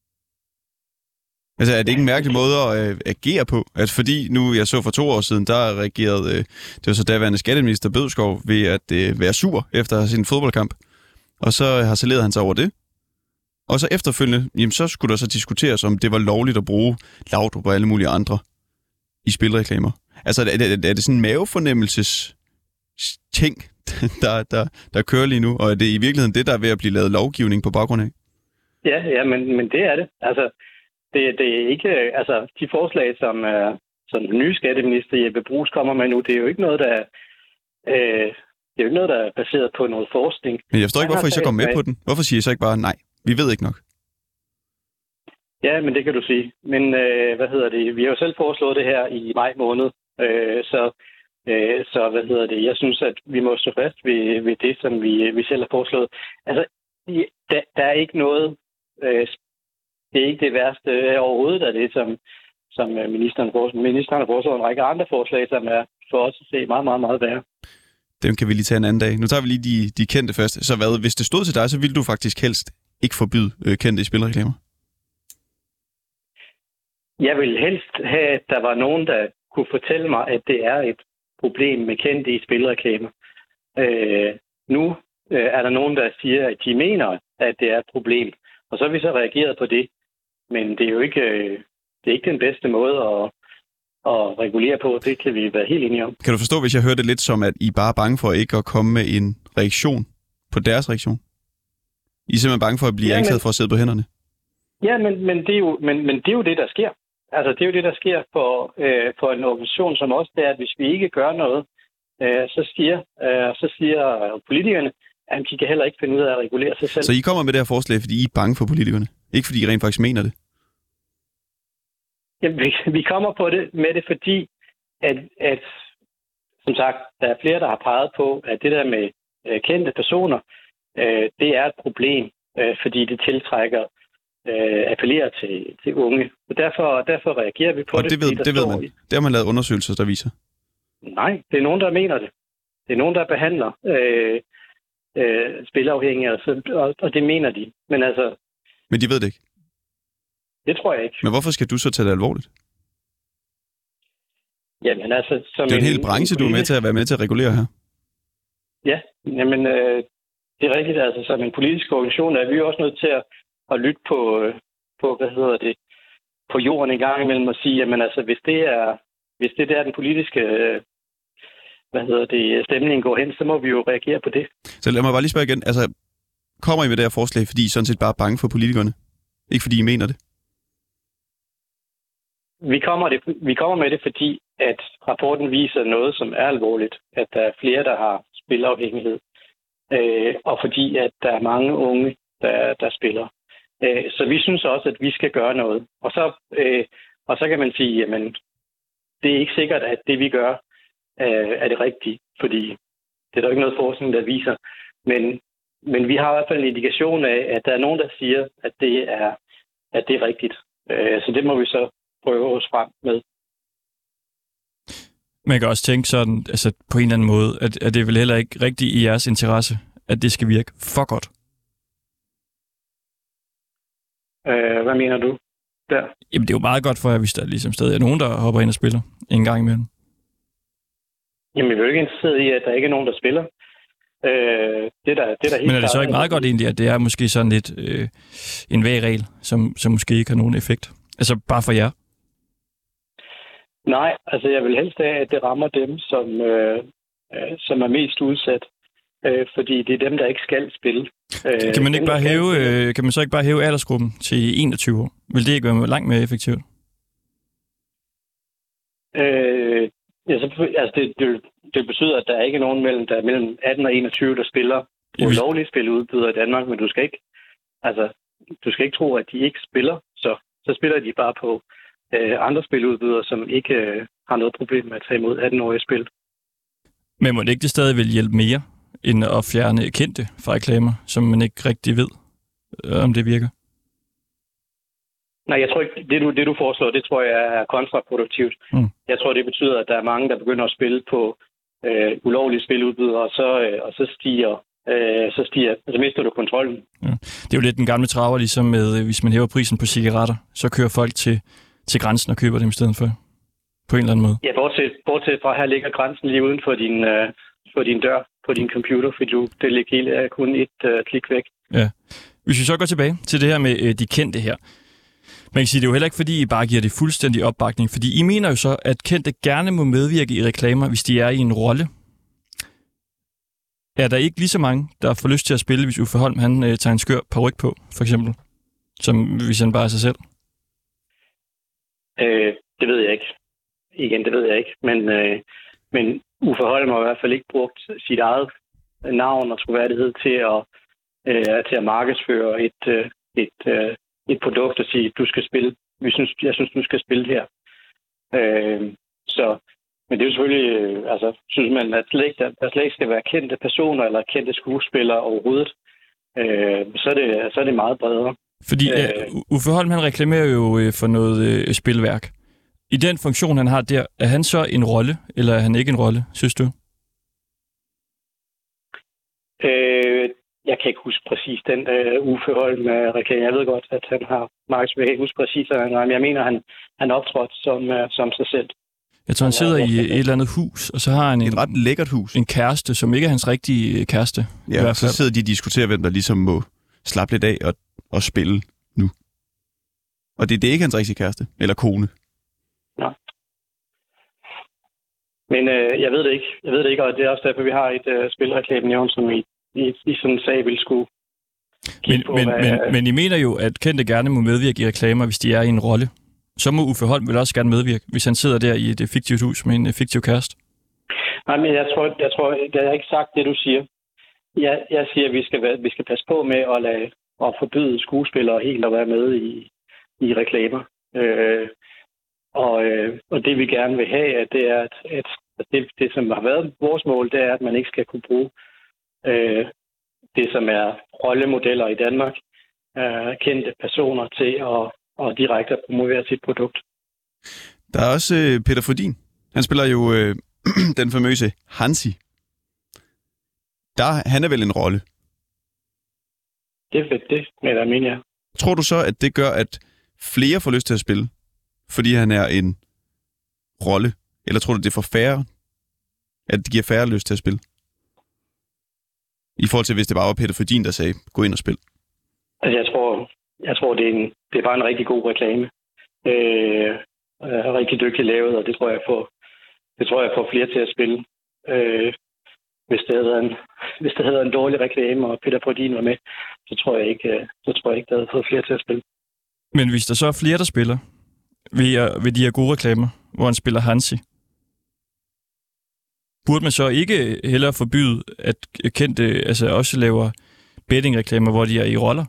Altså, er det ikke en mærkelig måde at øh, agere på? Altså, fordi nu, jeg så for to år siden, der reagerede, øh, det var så daværende skatteminister Bødskov, ved at øh, være sur efter sin fodboldkamp. Og så harcelerede han sig over det. Og så efterfølgende, jamen, så skulle der så diskuteres, om det var lovligt at bruge Laudrup og alle mulige andre i spilreklamer. Altså, er det, er det sådan en mavefornemmelses ting, der, der, der kører lige nu? Og er det i virkeligheden det, der er ved at blive lavet lovgivning på baggrund af? Ja, ja, men, men det er det. Altså, Det, det er ikke, altså de forslag, som, uh, som den nye skatteminister Jeppe Bruus kommer med nu, det er jo ikke noget, der, øh, det er jo ikke noget, der er baseret på noget forskning. Men jeg forstår ikke, hvorfor I så går med på den. Hvorfor siger I så ikke bare nej? Vi ved ikke nok. Ja, men det kan du sige. Men øh, hvad hedder det? Vi har jo selv foreslået det her i maj måned, øh, så, øh, så hvad hedder det? Jeg synes, at vi må stå fast ved, ved det, som vi, vi selv har foreslået. Altså, der, der er ikke noget. Øh, Det er ikke det værste overhovedet af det, som, som ministeren, ministeren har foreslået en række andre forslag, som er for os at se meget, meget, meget værre. Dem kan vi lige tage en anden dag. Nu tager vi lige de, de kendte først. Så hvad, hvis det stod til dig, så ville du faktisk helst ikke forbyde øh, kendte i spilreklamer? Jeg vil helst have, at der var nogen, der kunne fortælle mig, at det er et problem med kendte i spilreklamer. Øh, nu øh, er der nogen, der siger, at de mener, at det er et problem. Og så har vi så reageret på det. Men det er jo ikke, det er ikke den bedste måde at, at regulere på. Det kan vi være helt enige om. Kan du forstå, hvis jeg hørte det lidt som, at I bare er bange for ikke at komme med en reaktion på deres reaktion? I er simpelthen bange for at blive ja, anklaget men, for at sidde på hænderne? Ja, men, men, det er jo, men, men det er jo det, der sker. Altså, det er jo det, der sker for, øh, for en organisation som os, det er, at hvis vi ikke gør noget, øh, så, siger, øh, så siger politikerne, at de kan heller ikke finde ud af at regulere sig selv. Så I kommer med det her forslag, fordi I er bange for politikerne? Ikke fordi I rent faktisk mener det? Jamen, vi, vi kommer på det med det, fordi at, at som sagt, der er flere, der har peget på, at det der med øh, kendte personer, øh, det er et problem øh, fordi det tiltrækker, øh, appellerer til, til unge. Og derfor, derfor reagerer vi på og det. det, ved, fordi det ved står man. i- Det har man lavet undersøgelser, der viser. Nej, det er nogen, der mener det. Det er nogen, der behandler øh, øh, spilafhængige, og, så, og, og det mener de. Men altså, Men de ved det ikke. det tror jeg ikke. Men hvorfor skal du så tage det alvorligt? Jamen altså, som Det er jo en en- hel branche, en du er med politisk- til at være med til at regulere her. Ja, jamen, øh, det er rigtigt. Altså, som en politisk organisation er vi jo også nødt til at, at lytte på, øh, på, hvad hedder det, på jorden en gang imellem og sige, jamen altså, hvis det er, hvis det der den politiske, øh, hvad hedder det, stemningen går hen, så må vi jo reagere på det. Så lad mig bare lige spørge igen. Altså, kommer I med det her forslag, fordi I sådan set bare er bange for politikerne? Ikke fordi I mener det? Vi kommer, det, vi kommer med det, fordi at rapporten viser noget, som er alvorligt, at der er flere, der har spilafhængighed, øh, og fordi at der er mange unge, der, der spiller. Øh, så vi synes også, at vi skal gøre noget. Og så, øh, og så kan man sige, jamen, det er ikke sikkert, at det vi gør øh, er det rigtige, fordi det er der ikke noget forskning, der viser. Men, men vi har i hvert fald en indikation af, at der er nogen, der siger, at det er, at det er rigtigt. Øh, så det må vi så prøve os frem med. Man kan også tænke sådan, altså på en eller anden måde, at, at det er vel heller ikke rigtigt i jeres interesse, at det skal virke for godt. Øh, hvad mener du der? Jamen, det er jo meget godt for jer, hvis der ligesom stadig er nogen, der hopper ind og spiller en gang imellem. Jamen, vi er jo ikke interesseret i, at der ikke er nogen, der spiller. Øh, det der, det der helt Men er det så klart- ikke meget godt egentlig, at det er måske sådan lidt øh, en vag regel, som, som måske ikke har nogen effekt? Altså bare for jer? Nej, altså jeg vil helst have, at det rammer dem, som, øh, øh, som er mest udsat. Øh, fordi det er dem, der ikke skal spille. Øh, Kan man, ikke dem, der bare kan hæve, spille. øh, kan man så ikke bare hæve aldersgruppen til enogtyve år? Vil det ikke være langt mere effektivt? Øh, ja, så, altså det, det, det betyder, at der ikke er nogen mellem, der er mellem atten og enogtyve, der spiller Ja, hvis- ulovlige spiludbydere i Danmark, men du skal ikke, altså, du skal ikke tro, at de ikke spiller. Så, så spiller de bare på øh, andre spiludbydere, som ikke øh, har noget problem med at tage imod atten-årige spil. Men må det ikke det stadig vil hjælpe mere, end at fjerne kendte fra reklamer, som man ikke rigtig ved, øh, om det virker? Nej, jeg tror ikke, det du, det du foreslår, det tror jeg er kontraproduktivt. Mm. Jeg tror, det betyder, at der er mange, der begynder at spille på øh, ulovlige spiludbydere, og så, øh, og så stiger, øh, så stiger, så mister du kontrollen. Ja. Det er jo lidt den gamle traver, ligesom med, øh, hvis man hæver prisen på cigaretter, så kører folk til, til grænsen og køber dem i stedet for, på en eller anden måde. Ja, bortset, bortset fra, her ligger grænsen lige uden for din, øh, for din dør på din computer, fordi du, det ligger hele er kun et øh, klik væk. Ja. Hvis vi så går tilbage til det her med øh, de kendte her. Man kan sige, det er jo heller ikke, fordi I bare giver det fuldstændig opbakning, fordi I mener jo så, at kendte gerne må medvirke i reklamer, hvis de er i en rolle. Er der ikke lige så mange, der får lyst til at spille, hvis Uffe Holm han, øh, tager en skør paryk på, for eksempel? Som hvis han bare er sig selv? Øh, det ved jeg ikke. Igen, det ved jeg ikke. Men, øh, men Uffe Holm har i hvert fald ikke brugt sit eget navn og troværdighed til at, øh, til at markedsføre et, øh, et, øh, et produkt og sige, du skal spille. Vi synes, jeg synes, du skal spille her. Øh, så, men det er jo selvfølgelig, øh, altså, synes man, at slet ikke, der slet ikke skal være kendte personer eller kendte skuespillere overhovedet. Øh, så, er det, så er det meget bredere. Fordi øh, Øh. Uffe Holm han reklamerer jo øh, for noget øh, spilværk. I den funktion, han har der, er han så en rolle, eller er han ikke en rolle, synes du? Øh, jeg kan ikke huske præcis den uh, Uffe Holm-reklame. Jeg ved godt, at han har markedsført. Jeg kan ikke huske præcis, men jeg mener, han han optrådt som, uh, som sig selv. Jeg tror, han sidder i et eller andet hus, og så har han Et en, ret lækkert hus. en kæreste, som ikke er hans rigtige kæreste. i Ja, hvert så fald. sidder de og diskuterer, hvem der ligesom må slappe lidt af og, og spille nu. Og det, det er ikke hans rigtige kæreste, eller kone. Men øh, jeg ved det ikke. Jeg ved det ikke, og det er også derfor, vi har et øh, spilreklamenævn, som i, i, i sådan en sag vil skulle Men, kigge på, men, hvad, men, men I mener jo, at kendte gerne må medvirke i reklamer, hvis de er i en rolle. Så må Uffe Holm vel også gerne medvirke, hvis han sidder der i et fiktivt hus med en øh, fiktiv kæreste. Nej, men jeg tror, jeg tror, jeg har ikke sagt det, du siger. Jeg, jeg siger, at vi skal, være, vi skal passe på med at, lade, at forbyde skuespillere helt at være med i, i reklamer. Øh, og, øh, og det vi gerne vil have, det er, at, at det, det, som har været vores mål, det er, at man ikke skal kunne bruge øh, det, som er rollemodeller i Danmark, øh, kendte personer til at, at direkte promovere sit produkt. Der er også øh, Peter Frödin. Han spiller jo øh, den famøse Hansi. Der, han er vel en rolle? Det er det, med der mener jeg. Tror du så, at det gør, at flere får lyst til at spille, fordi han er en rolle? Eller tror du, det er for færre, at det giver færre lyst til at spille? I forhold til, hvis det bare var Peter Frödin, der sagde, gå ind og spil. Altså, jeg tror, jeg tror det, er en, det er bare en rigtig god reklame. Øh, er rigtig dygtigt lavet, og det tror jeg får, det tror jeg får flere til at spille. Øh, hvis det havde en, hvis det havde en dårlig reklame, og Peter Frödin var med, så tror jeg ikke, så tror jeg ikke, det havde fået flere til at spille. Men hvis der så er flere, der spiller ved, ved de her gode reklamer, hvor han spiller Hansi, burde man så ikke hellere forbyde, at kendte altså også laver betting-reklamer, hvor de er i roller?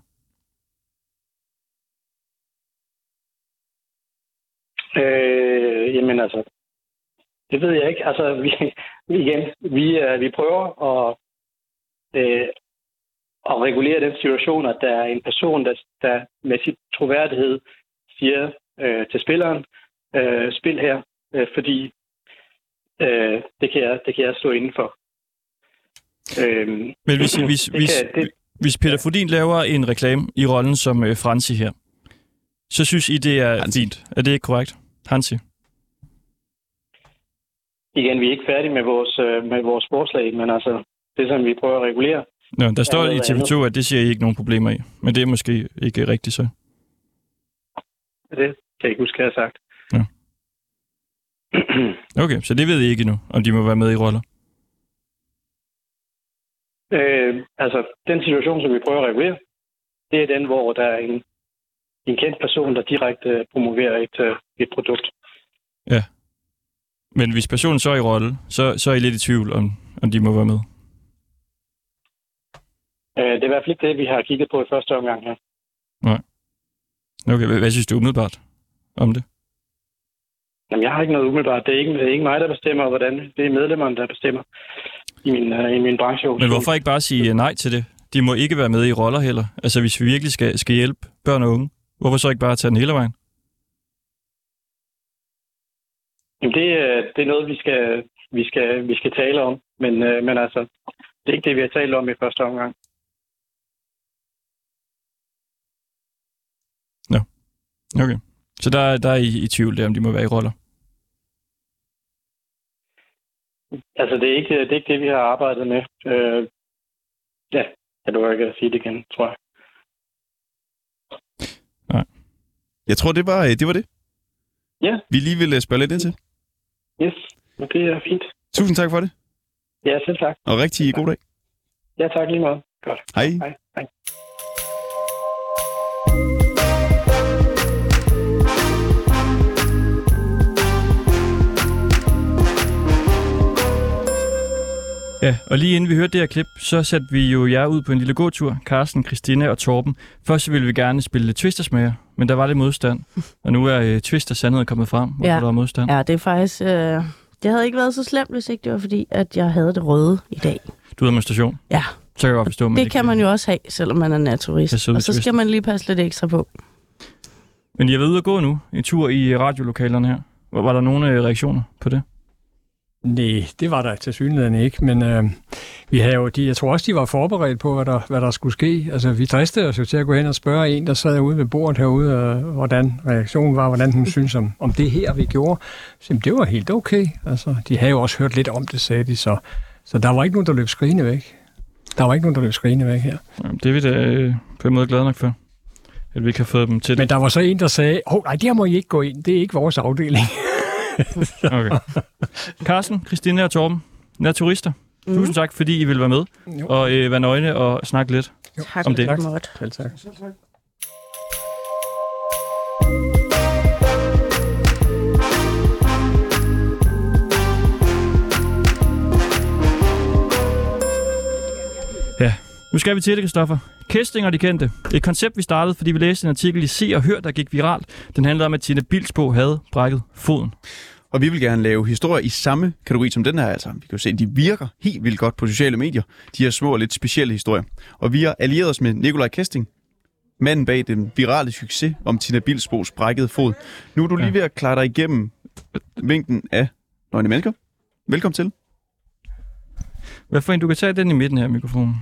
Øh, jamen altså, det ved jeg ikke. Altså, vi, igen, vi, vi prøver at, øh, at regulere den situation, at der er en person, der, der med sit troværdighed siger øh, til spilleren, øh, spil her, øh, fordi øh, det, kan jeg, det kan jeg stå indenfor. Øh, Men hvis, hvis, det hvis, kan, det, hvis Peter Frödin laver en reklame i rollen som øh, Franzi her, så synes I, det er Hansi. Fint. Er det ikke korrekt? Hansi? Igen, vi er ikke færdige med vores, med vores forslag, men altså, det som vi prøver at regulere. Nå, der står i T V to, at det ser I ikke nogen problemer i. Men det er måske ikke rigtigt så. Det kan jeg ikke huske, hvad jeg har sagt. Ja. Okay, så det ved I ikke endnu, om de må være med i roller? Øh, altså, den situation, som vi prøver at regulere, det er den, hvor der er en, en kendt person, der direkte promoverer et, et produkt. Ja. Men hvis personen så er i rolle, så, så er I lidt i tvivl, om, om de må være med? Øh, det er i hvert fald ikke det, vi har kigget på i første omgang her. Nej. Okay, hvad, hvad synes du umiddelbart om det? Jamen, jeg har ikke noget umiddelbart. Det er ikke, det er ikke mig, der bestemmer, hvordan. Det er medlemmerne, der bestemmer i min, uh, i min branche. Men hvorfor ikke bare sige nej til det? De må ikke være med i roller heller. Altså, hvis vi virkelig skal, skal hjælpe børn og unge, hvorfor så ikke bare tage den hele vejen? Jamen, det, det er noget, vi skal, vi skal, vi skal tale om. Men, uh, men altså, det er ikke det, vi har talt om i første omgang. Nå. Okay. Så der, der er I i tvivl der, om de må være i roller? Altså, det er ikke det, er ikke det vi har arbejdet med. Øh, ja, jeg kan ikke sige det igen, tror jeg. Nej. Jeg tror, det var det. Var det. Ja. Vi lige ville spørge lidt ind til. Yes, men det er fint. Tusind tak for det. Ja, selv tak. Og rigtig god dag. Ja, tak lige meget. Godt. Hej. Hej. Hej. Ja, og lige inden vi hørte det her klip, så satte vi jo jer ud på en lille gåtur. Carsten, Christina og Torben. Først ville vi gerne spille lidt Twister-smager, men der var lidt modstand. Og nu er uh, Twister-sandheden kommet frem, hvor ja. der er modstand. Ja, det er faktisk... Øh, det havde ikke været så slemt, hvis ikke det var fordi, at jeg havde det røde i dag. Du havde menstruation? Ja. Så kan jeg godt forstå, det, det kan man jo også have, selvom man er naturist. Og så skal twister. man lige passe lidt ekstra på. Men jeg er ude at gå nu, en tur i radiolokalerne her. Var der nogle reaktioner på det? Nej, det var der tilsyneladende ikke, men øh, vi havde jo de, jeg tror også, de var forberedt på, hvad der, hvad der skulle ske. Altså, vi dristede os jo til at gå hen og spørge en, der sad ude ved bordet herude, øh, hvordan reaktionen var, hvordan hun synes om, om det her, vi gjorde. Så det var helt okay. Altså, de havde jo også hørt lidt om det, sagde de, så, så der var ikke nogen, der løb skrigende væk. Der var ikke nogen, der løb skrigende væk her. Jamen, det er vi da øh, på en måde glade nok for, at vi ikke har fået dem til det. Men der var så en, der sagde, åh, nej, der må I ikke gå ind, det er ikke vores afdeling. Okay. Carsten, Christina og Torben, naturister. Mm. Tusind tak, fordi I ville være med jo. og øh, være nøgne og snakke lidt jo. tak, om det. Tak. Selv tak. Selv tak. Ja, nu skal vi til det, Christoffer. Kæsting og de kendte. Et koncept, vi startede, fordi vi læste en artikel i Se og Hør, der gik viralt. Den handlede om, at Tina Bilsbo havde brækket foden. Og vi vil gerne lave historier i samme kategori som den her. Altså, vi kan jo se, at de virker helt vildt godt på sociale medier. De her små og lidt specielle historier. Og vi har allieret os med Nikolaj Kesting, manden bag den virale succes om Tina Bilsbos brækkede fod. Nu er du lige ved at klare dig igennem mængden af nøgne mennesker. Velkommen til. Hvad for en? Du kan tage den i midten her, mikrofonen.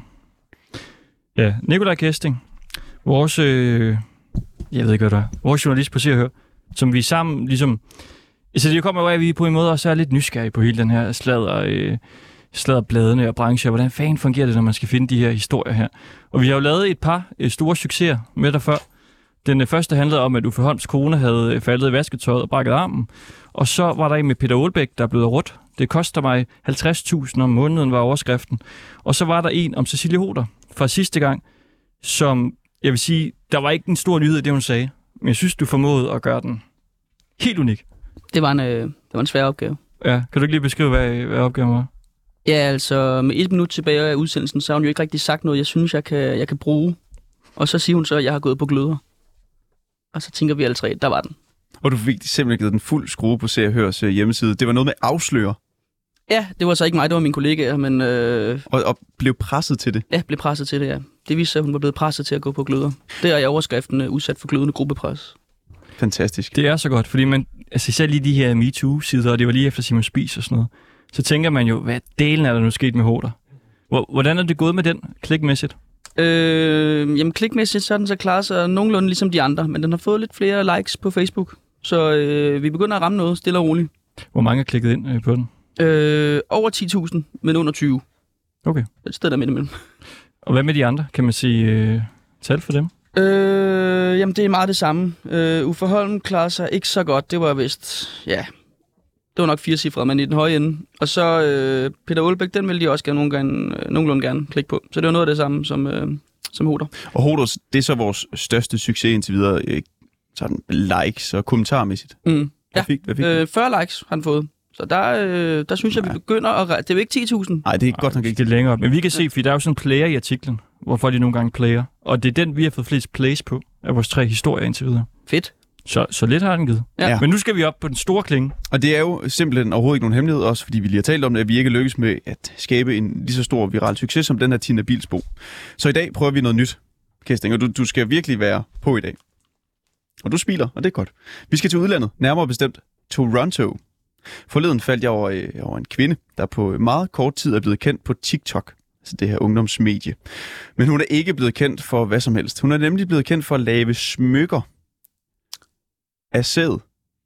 Ja, Nikolaj Kesting. Vores, øh, jeg ved ikke, hvad der er. Vores journalist på Se og Hør, som vi sammen ligesom... Så det kommer jo af, at vi på en måde også er lidt nysgerrige på hele den her sladder, øh, sladderbladene og brancher. Hvordan fanden fungerer det, når man skal finde de her historier her? Og vi har jo lavet et par øh, store succeser med dig før. Den øh, første handlede om, at Uffe Holms kone havde øh, faldet i vasketøjet og brækket armen. Og så var der en med Peter Aalbæk, der blev rødt. Det koster mig halvtreds tusind om måneden, var overskriften. Og så var der en om Cecilie Hoder fra sidste gang, som, jeg vil sige, der var ikke en stor nyhed i det, hun sagde. Men jeg synes, du formåede at gøre den helt unik. Det var en, øh, det var en svær opgave. Ja, kan du ikke lige beskrive, hvad, hvad opgaven var? Ja, altså med et minut tilbage af udsendelsen, så har hun jo ikke rigtig sagt noget, jeg synes, jeg kan, jeg kan bruge. Og så siger hun så, at jeg har gået på gløder. Og så tænker vi alle tre, der var den. Og du fik simpelthen givet den fuld skrue på Se og Hørs hjemmeside. Det var noget med afsløre. Ja, det var så ikke mig, det var min kollega, men... Øh, og, og blev presset til det? Ja, blev presset til det, ja. Det viste sig, at hun var blevet presset til at gå på gløder. Det er i overskriften uh, udsat for glødende gruppepres. Fantastisk. Det er så godt, fordi man, altså selv lige de her MeToo-sider, og det var lige efter Simon Spies og sådan noget, så tænker man jo, hvad delen er der nu sket med Hoder? Hvordan er det gået med den, klikmæssigt? Øh, jamen klikmæssigt, så er den så klaret sig nogenlunde ligesom de andre, men den har fået lidt flere likes på Facebook, så øh, vi begynder at ramme noget stille og roligt. Hvor mange er klikket ind øh, på den? Øh, over ti tusind, men under tyve. Okay. Et sted der midt imellem. Og hvad med de andre? Kan man sige øh, tal for dem? Øh, jamen, det er meget det samme. Øh, Uffe Holm klarer sig ikke så godt. Det var vist, ja, det var nok fire cifre, men i den høje ende. Og så øh, Peter Aalbæk, den ville de også gerne, nogen gerne, øh, nogenlunde gerne klikke på. Så det var noget af det samme som, øh, som Hoder. Og Hoder, det er så vores største succes indtil videre, øh, sådan likes og kommentarmæssigt. Mm. Hvad Ja, fik, hvad fik øh, fyrre likes har han fået. Så der, øh, der synes jeg, vi begynder at... Det er jo ikke ti tusind. Nej, det er godt nok ikke. Det er længere op. Men vi kan se, fordi der er jo sådan en player i artiklen, hvorfor de nogle gange player. Og det er den, vi har fået flest plays på af vores tre historier indtil videre. Fedt. Så, så lidt har den givet. Ja. Men nu skal vi op på den store klinge. Og det er jo simpelthen overhovedet ikke nogen hemmelighed, også fordi vi lige har talt om det, at vi ikke lykkes med at skabe en lige så stor viral succes som den her Tina Bilsbo. Så i dag prøver vi noget nyt, Kesting, og du, du skal virkelig være på i dag. Og du smiler, og det er godt. Vi skal til udlandet, nærmere bestemt Toronto. Forleden faldt jeg over, øh, over en kvinde, der på meget kort tid er blevet kendt på TikTok, altså det her ungdomsmedie. Men hun er ikke blevet kendt for hvad som helst. Hun er nemlig blevet kendt for at lave smykker af sæd.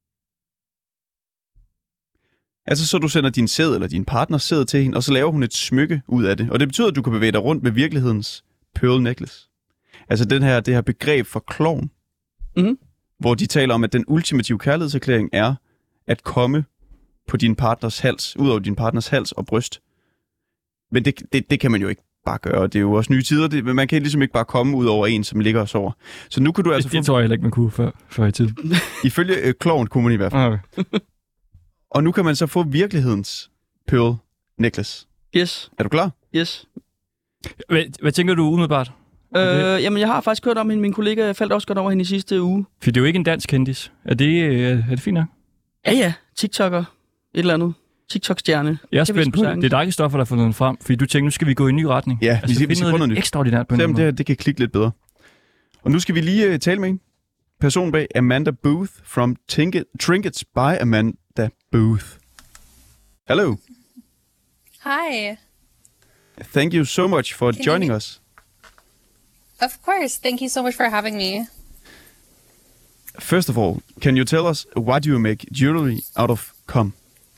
Altså så du sender din sæd eller din partner sæd til hende, og så laver hun et smykke ud af det. Og det betyder, at du kan bevæge dig rundt med virkelighedens pearl necklace. Altså den her, det her begreb for klovn, mm-hmm. hvor de taler om, at den ultimative kærlighedserklæring er at komme på din partners hals, ud over din partners hals og bryst. Men det, det, det kan man jo ikke bare gøre. Det er jo også nye tider, det, men man kan ligesom ikke bare komme ud over en, som ligger og sover. Så nu kan du altså det, det få... tror jeg heller ikke, man kunne før, før i tiden. Ifølge øh, kloven kunne man i hvert fald. Okay. Og nu kan man så få virkelighedens pearl necklace. Yes. Er du klar? Yes. Hvad, hvad tænker du umiddelbart? Øh, jamen, jeg har faktisk hørt om hende. Min kollega faldt også godt over hende i sidste uge. For det er jo ikke en dansk kendis. Er det, er det fint nok? Ja, ja. TikToker. Et eller andet. TikTok-stjerne. Jeg er spændt på det. Det er dig, Kristoffer, der har fundet den frem. Fordi du tænker, nu skal vi gå i en ny retning. Ja, altså, vi skal, vi skal finde noget nyt. Ekstraordinært på en måde. Det, det kan klikke lidt bedre. Og nu skal vi lige uh, tale med en person bag Amanda Booth from Tinket, Trinkets by Amanda Booth. Hello. Hi. Thank you so much for Can joining you... us. Of course. Thank you so much for having me. First of all, can you tell us why do you make jewelry out of cum?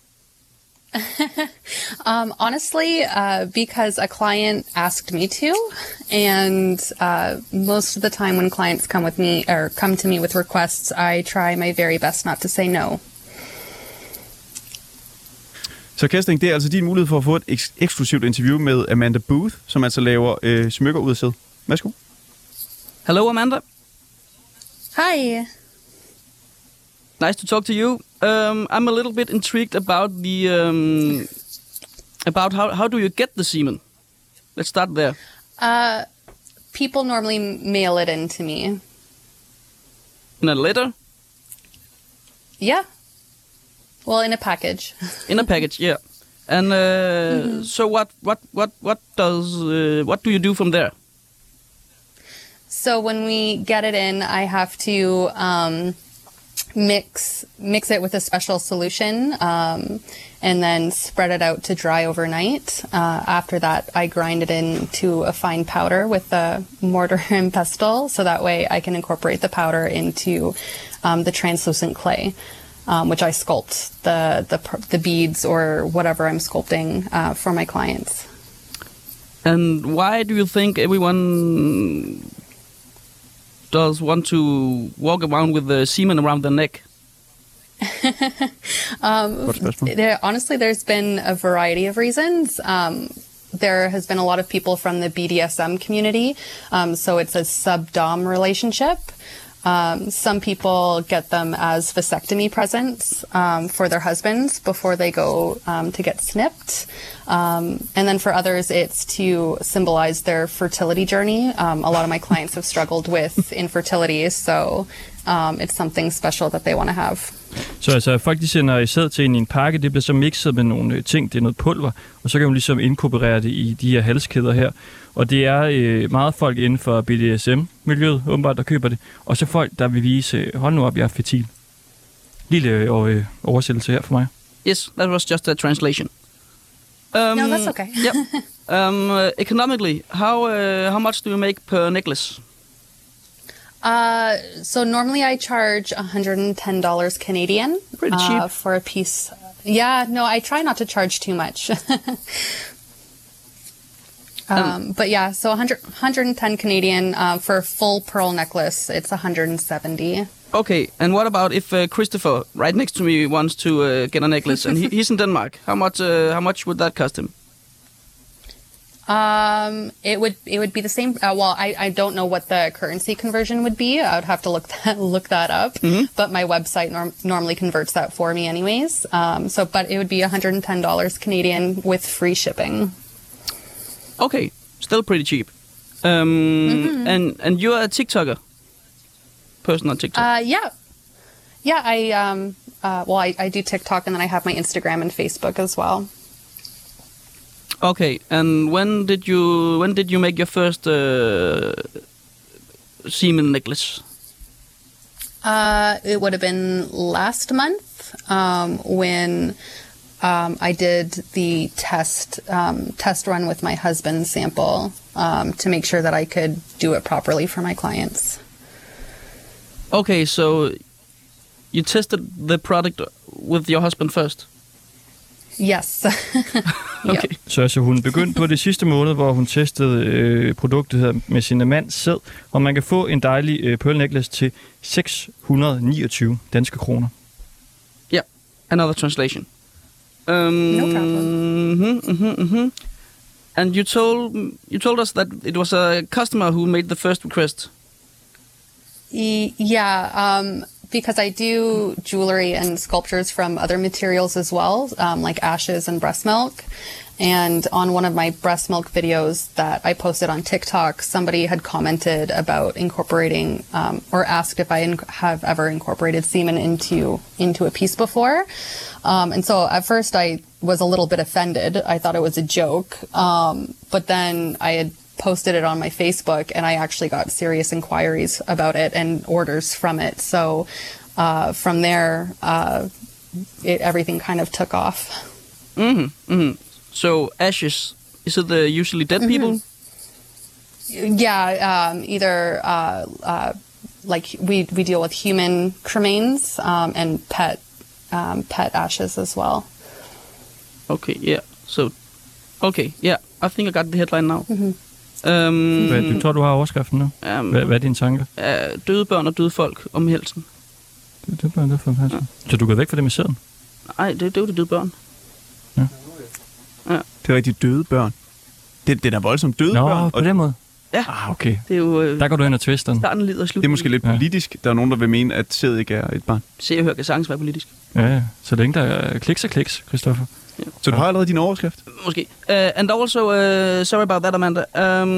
um, honestly, uh, because a client asked me to, and uh, most of the time when clients come with me or come to me with requests, I try my very best not to say no. Så Kesting, det er altså din mulighed for at få et eks- eksklusivt interview med Amanda Booth, som altså laver øh, smykker ud af sæd. Værsgo. Hello, Amanda. Hi. Nice to talk to you. Um, I'm a little bit intrigued about the um, about how how do you get the semen? Let's start there. Uh, people normally mail it in to me. In a letter? Yeah. Well, in a package. In a package, yeah. And uh, mm-hmm. so what what what what does uh, what do you do from there? So when we get it in, I have to um, mix mix it with a special solution, um, and then spread it out to dry overnight. Uh, after that, I grind it into a fine powder with a mortar and pestle, so that way I can incorporate the powder into um, the translucent clay. Um, which I sculpt the, the the beads or whatever I'm sculpting uh, for my clients. And why do you think everyone does want to walk around with the semen around their neck? um, there, honestly, there's been a variety of reasons. Um, there has been a lot of people from the B D S M community, um, so it's a sub-dom relationship. Um, some people get them as vasectomy presents um, for their husbands before they go um, to get snipped. Um, and then for others, it's to symbolize their fertility journey. Um, a lot of my clients have struggled with infertility, so um, it's something special that they want to have. Så altså, folk de sender i sæd til en, en pakke, det bliver så mixet med nogle ting, det er noget pulver, og så kan man ligesom inkorporere det i de her halskæder her. Og det er øh, meget folk inden for B D S M-miljøet, åbenbart, der køber det. Og så folk, der vil vise, hold nu op, jeg er fertil. Lille øh, oversættelse her for mig. Yes, that was just a translation. Um, no, that's okay. Yep. Um, uh, economically, how uh, how much do you make per necklace? Uh, so normally I charge one hundred ten dollars Canadian. Pretty cheap. Uh, for a piece. Yeah, no, I try not to charge too much. um, um, but yeah, so one hundred, one hundred ten Canadian uh, for a full pearl necklace. It's one hundred seventy. Okay, and what about if uh, Christopher, right next to me, wants to uh, get a necklace and he, he's in Denmark? How much? Uh, how much would that cost him? Um, it would it would be the same. Uh, well, I, I don't know what the currency conversion would be. I would have to look that look that up. Mm-hmm. But my website norm- normally converts that for me, anyways. Um, so, but it would be one hundred ten dollars Canadian with free shipping. Okay, still pretty cheap. Um, mm-hmm. and and you're a TikToker person on TikTok. Uh, yeah, yeah. I um, uh, well, I, I do TikTok, and then I have my Instagram and Facebook as well. Okay, and when did you when did you make your first uh, semen necklace? Uh, it would have been last month um, when um, I did the test um, test run with my husband's sample um, to make sure that I could do it properly for my clients. Okay, so you tested the product with your husband first? Yes. Okay. Yep. Så altså, hun begyndte på det sidste måned, hvor hun testede øh, produktet her med sin mands sæd, og man kan få en dejlig øh, pearl necklace til seks hundrede niogtyve danske kroner. Yeah, another translation. Um, no problem. Mm-hmm, mm-hmm, mm-hmm. And you told you told us that it was a customer who made the first request. E- yeah. Um, Because I do jewelry and sculptures from other materials as well, um, like ashes and breast milk. And on one of my breast milk videos that I posted on TikTok, somebody had commented about incorporating um, or asked if I inc- have ever incorporated semen into into a piece before. Um, and so at first I was a little bit offended. I thought it was a joke. Um, but then I had posted it on my Facebook, and I actually got serious inquiries about it and orders from it. So uh, from there, uh, it, everything kind of took off. Mm-hmm, mm-hmm. So ashes, is it the usually dead mm-hmm. people? Yeah, um, either uh, uh, like we we deal with human cremains um, and pet um, pet ashes as well. Okay, yeah. So, okay, yeah. I think I got the headline now. Mm-hmm. Um, Hvad, du tror, du har overskriften nu? Um, hvad, hvad er dine tanker? Uh, døde børn og døde folk om helsen. Døde børn og døde folk om helsen? Ja. Så du går væk fra det med sæden? Nej, det, det er jo det døde børn. Ja. Ja. Det er rigtig døde børn. Det, det er da voldsomt døde Nå, børn. Nå, på den måde? Ja. Ah, okay. Det er jo, øh, der går du ind og twister den. Starten lider og Det er måske lidt politisk. Der er nogen, der vil mene, at sæd ikke er et barn. Se og hør kan sagtens være politisk. Ja, ja. Så længe der er kliks og kliks, Christoffer. Ja. Så du har allerede din overskrift? Måske. Uh, and also, uh, sorry about that, Amanda.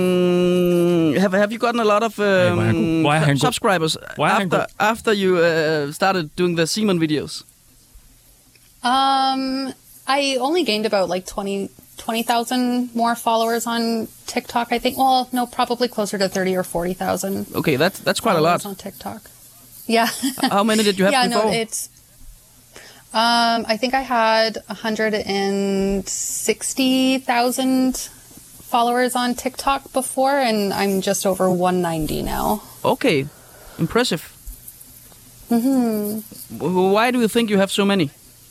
Um, have have you gotten a lot of um, Why subscribers after after you uh, started doing the semen videos? Um, I only gained about like twenty thousand more followers on TikTok, I think. Well, no, probably closer to thirty or forty thousand. Okay, that's that's quite a lot. On TikTok. Yeah. How many did you have yeah, before? Yeah, no, it's... Um, I think I had one hundred sixty thousand followers on TikTok before, and I'm just over one ninety now. Okay, impressive. Mm-hmm. Why do you think you have so many?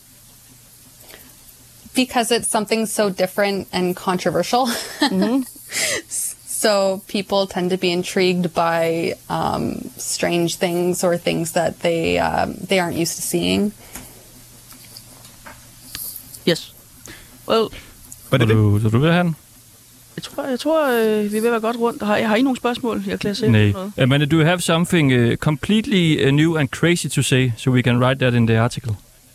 Because it's something so different and controversial. Mm-hmm. So people tend to be intrigued by um, strange things or things that they um, they aren't used to seeing. Yes. Well, Hvad er det? Så du vil have den? Jeg tror, jeg tror øh, vi er ved at være godt rundt. Har, har I nogle spørgsmål, jeg kan se? Nej. Amanda, do you have something uh, completely uh, new and crazy to say, so we can write that in the article?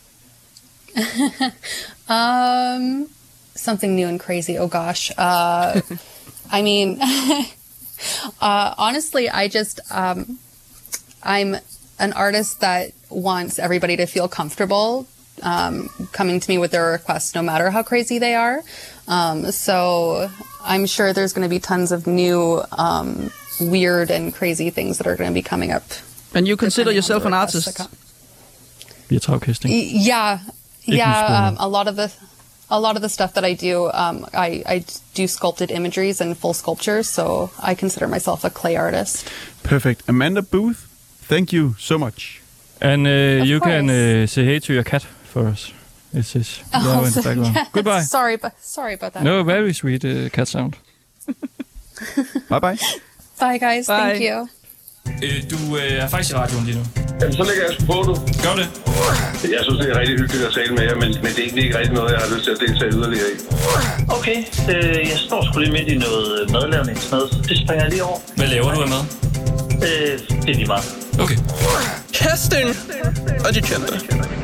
um, something new and crazy. Oh gosh. Uh, I mean, uh, honestly, I just um, I'm an artist that wants everybody to feel comfortable um, coming to me with their requests, no matter how crazy they are. Um, so I'm sure there's going to be tons of new, um, weird and crazy things that are going to be coming up. And you consider yourself an artist? Biertraukasting. Yeah, yeah. Um, a lot of the, a lot of the stuff that I do, um, I, I do sculpted imageries and full sculptures, so I consider myself a clay artist. Perfect. Amanda Booth, thank you so much. And uh, you course. can uh, say hey to your cat for us. It says Oh, in the background. yeah. Goodbye. Sorry, but sorry about that. No, very sweet uh, cat sound. Bye bye. Bye guys. Bye. Thank you. Øh, du øh, er faktisk i radioen lige nu. Jamen, så lægger jeg sgu på, du. Gør det. Jeg synes, det er rigtig hyggeligt at tale med jer, men, men det er egentlig ikke rigtig noget, jeg har lyst til at deltage yderligere i. Okay, øh, jeg står sgu lige midt i noget madlavningsmad, så det springer jeg lige over. Hvad laver du af mad? Øh, det er lige meget. Okay. Casting og de kendte.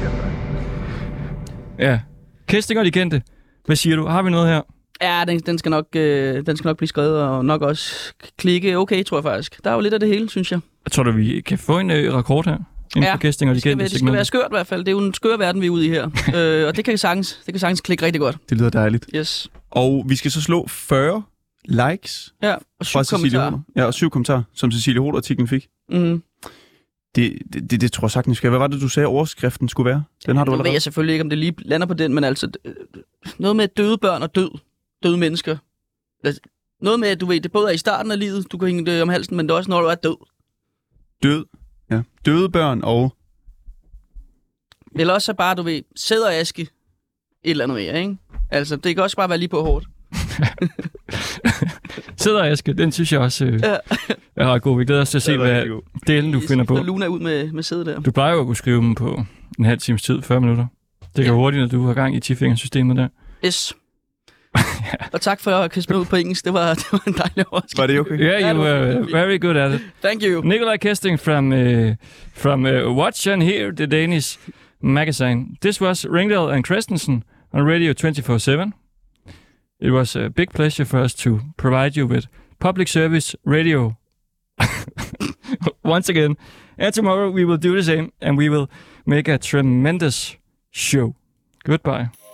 Ja. Casting og de kendte. Hvad siger du? Har vi noget her? Ja, den, den, skal nok, øh, den skal nok blive skrevet, og nok også klikke okay, tror jeg faktisk. Der er jo lidt af det hele, synes jeg. Jeg tror du, vi kan få en øh, rekord her? Inden Ja, for casting og de det skal, kendte være, det skal være skørt i hvert fald. Det er jo en skør verden, vi er ude i her. øh, og det kan sagtens, det kan sagtens klikke rigtig godt. Det lyder dejligt. Yes. Og vi skal så slå fyrre likes Ja, og syv fra Cecilie kommentarer. Hoder. Ja, og syv kommentarer, som Cecilie Hoder-artiklen fik. Mm. Det, det, det, det tror jeg sagtens skal. Hvad var det, du sagde, overskriften skulle være? Den har du Nu ved allerede. jeg selvfølgelig ikke, om det lige lander på den, men altså øh, noget med døde børn og død. Døde mennesker. Altså, noget med, at du ved, det både er i starten af livet, du kan hænge det om halsen, men det er også, når du er død. Død. Ja. Døde børn og... Eller også bare, du ved, sæderaske et eller andet mere, ikke? Altså, det kan også bare være lige på hårdt. Sæderaske, den synes jeg også øh, Ja. er ret god. Vi glæder os til at se, hvad delen du finder på. Så Luna ud med, med sæde der. Du plejer jo at kunne skrive dem på en halv times tid, fyrre minutter. Det går hurtigt, når du har gang i ti-fingersystemet der. Yes. Og tak for at kaste mig ud på engelsk. Det var, det var en dejlig overskrift. Var det okay? Yeah, you were very good at it. Thank you. Nikolaj Kesting from uh, from uh, Watch and Hear, the Danish magazine. This was Ringdal and Christensen on Radio twenty-four seven. It was a big pleasure for us to provide you with public service radio once again. And tomorrow we will do the same, and we will make a tremendous show. Goodbye.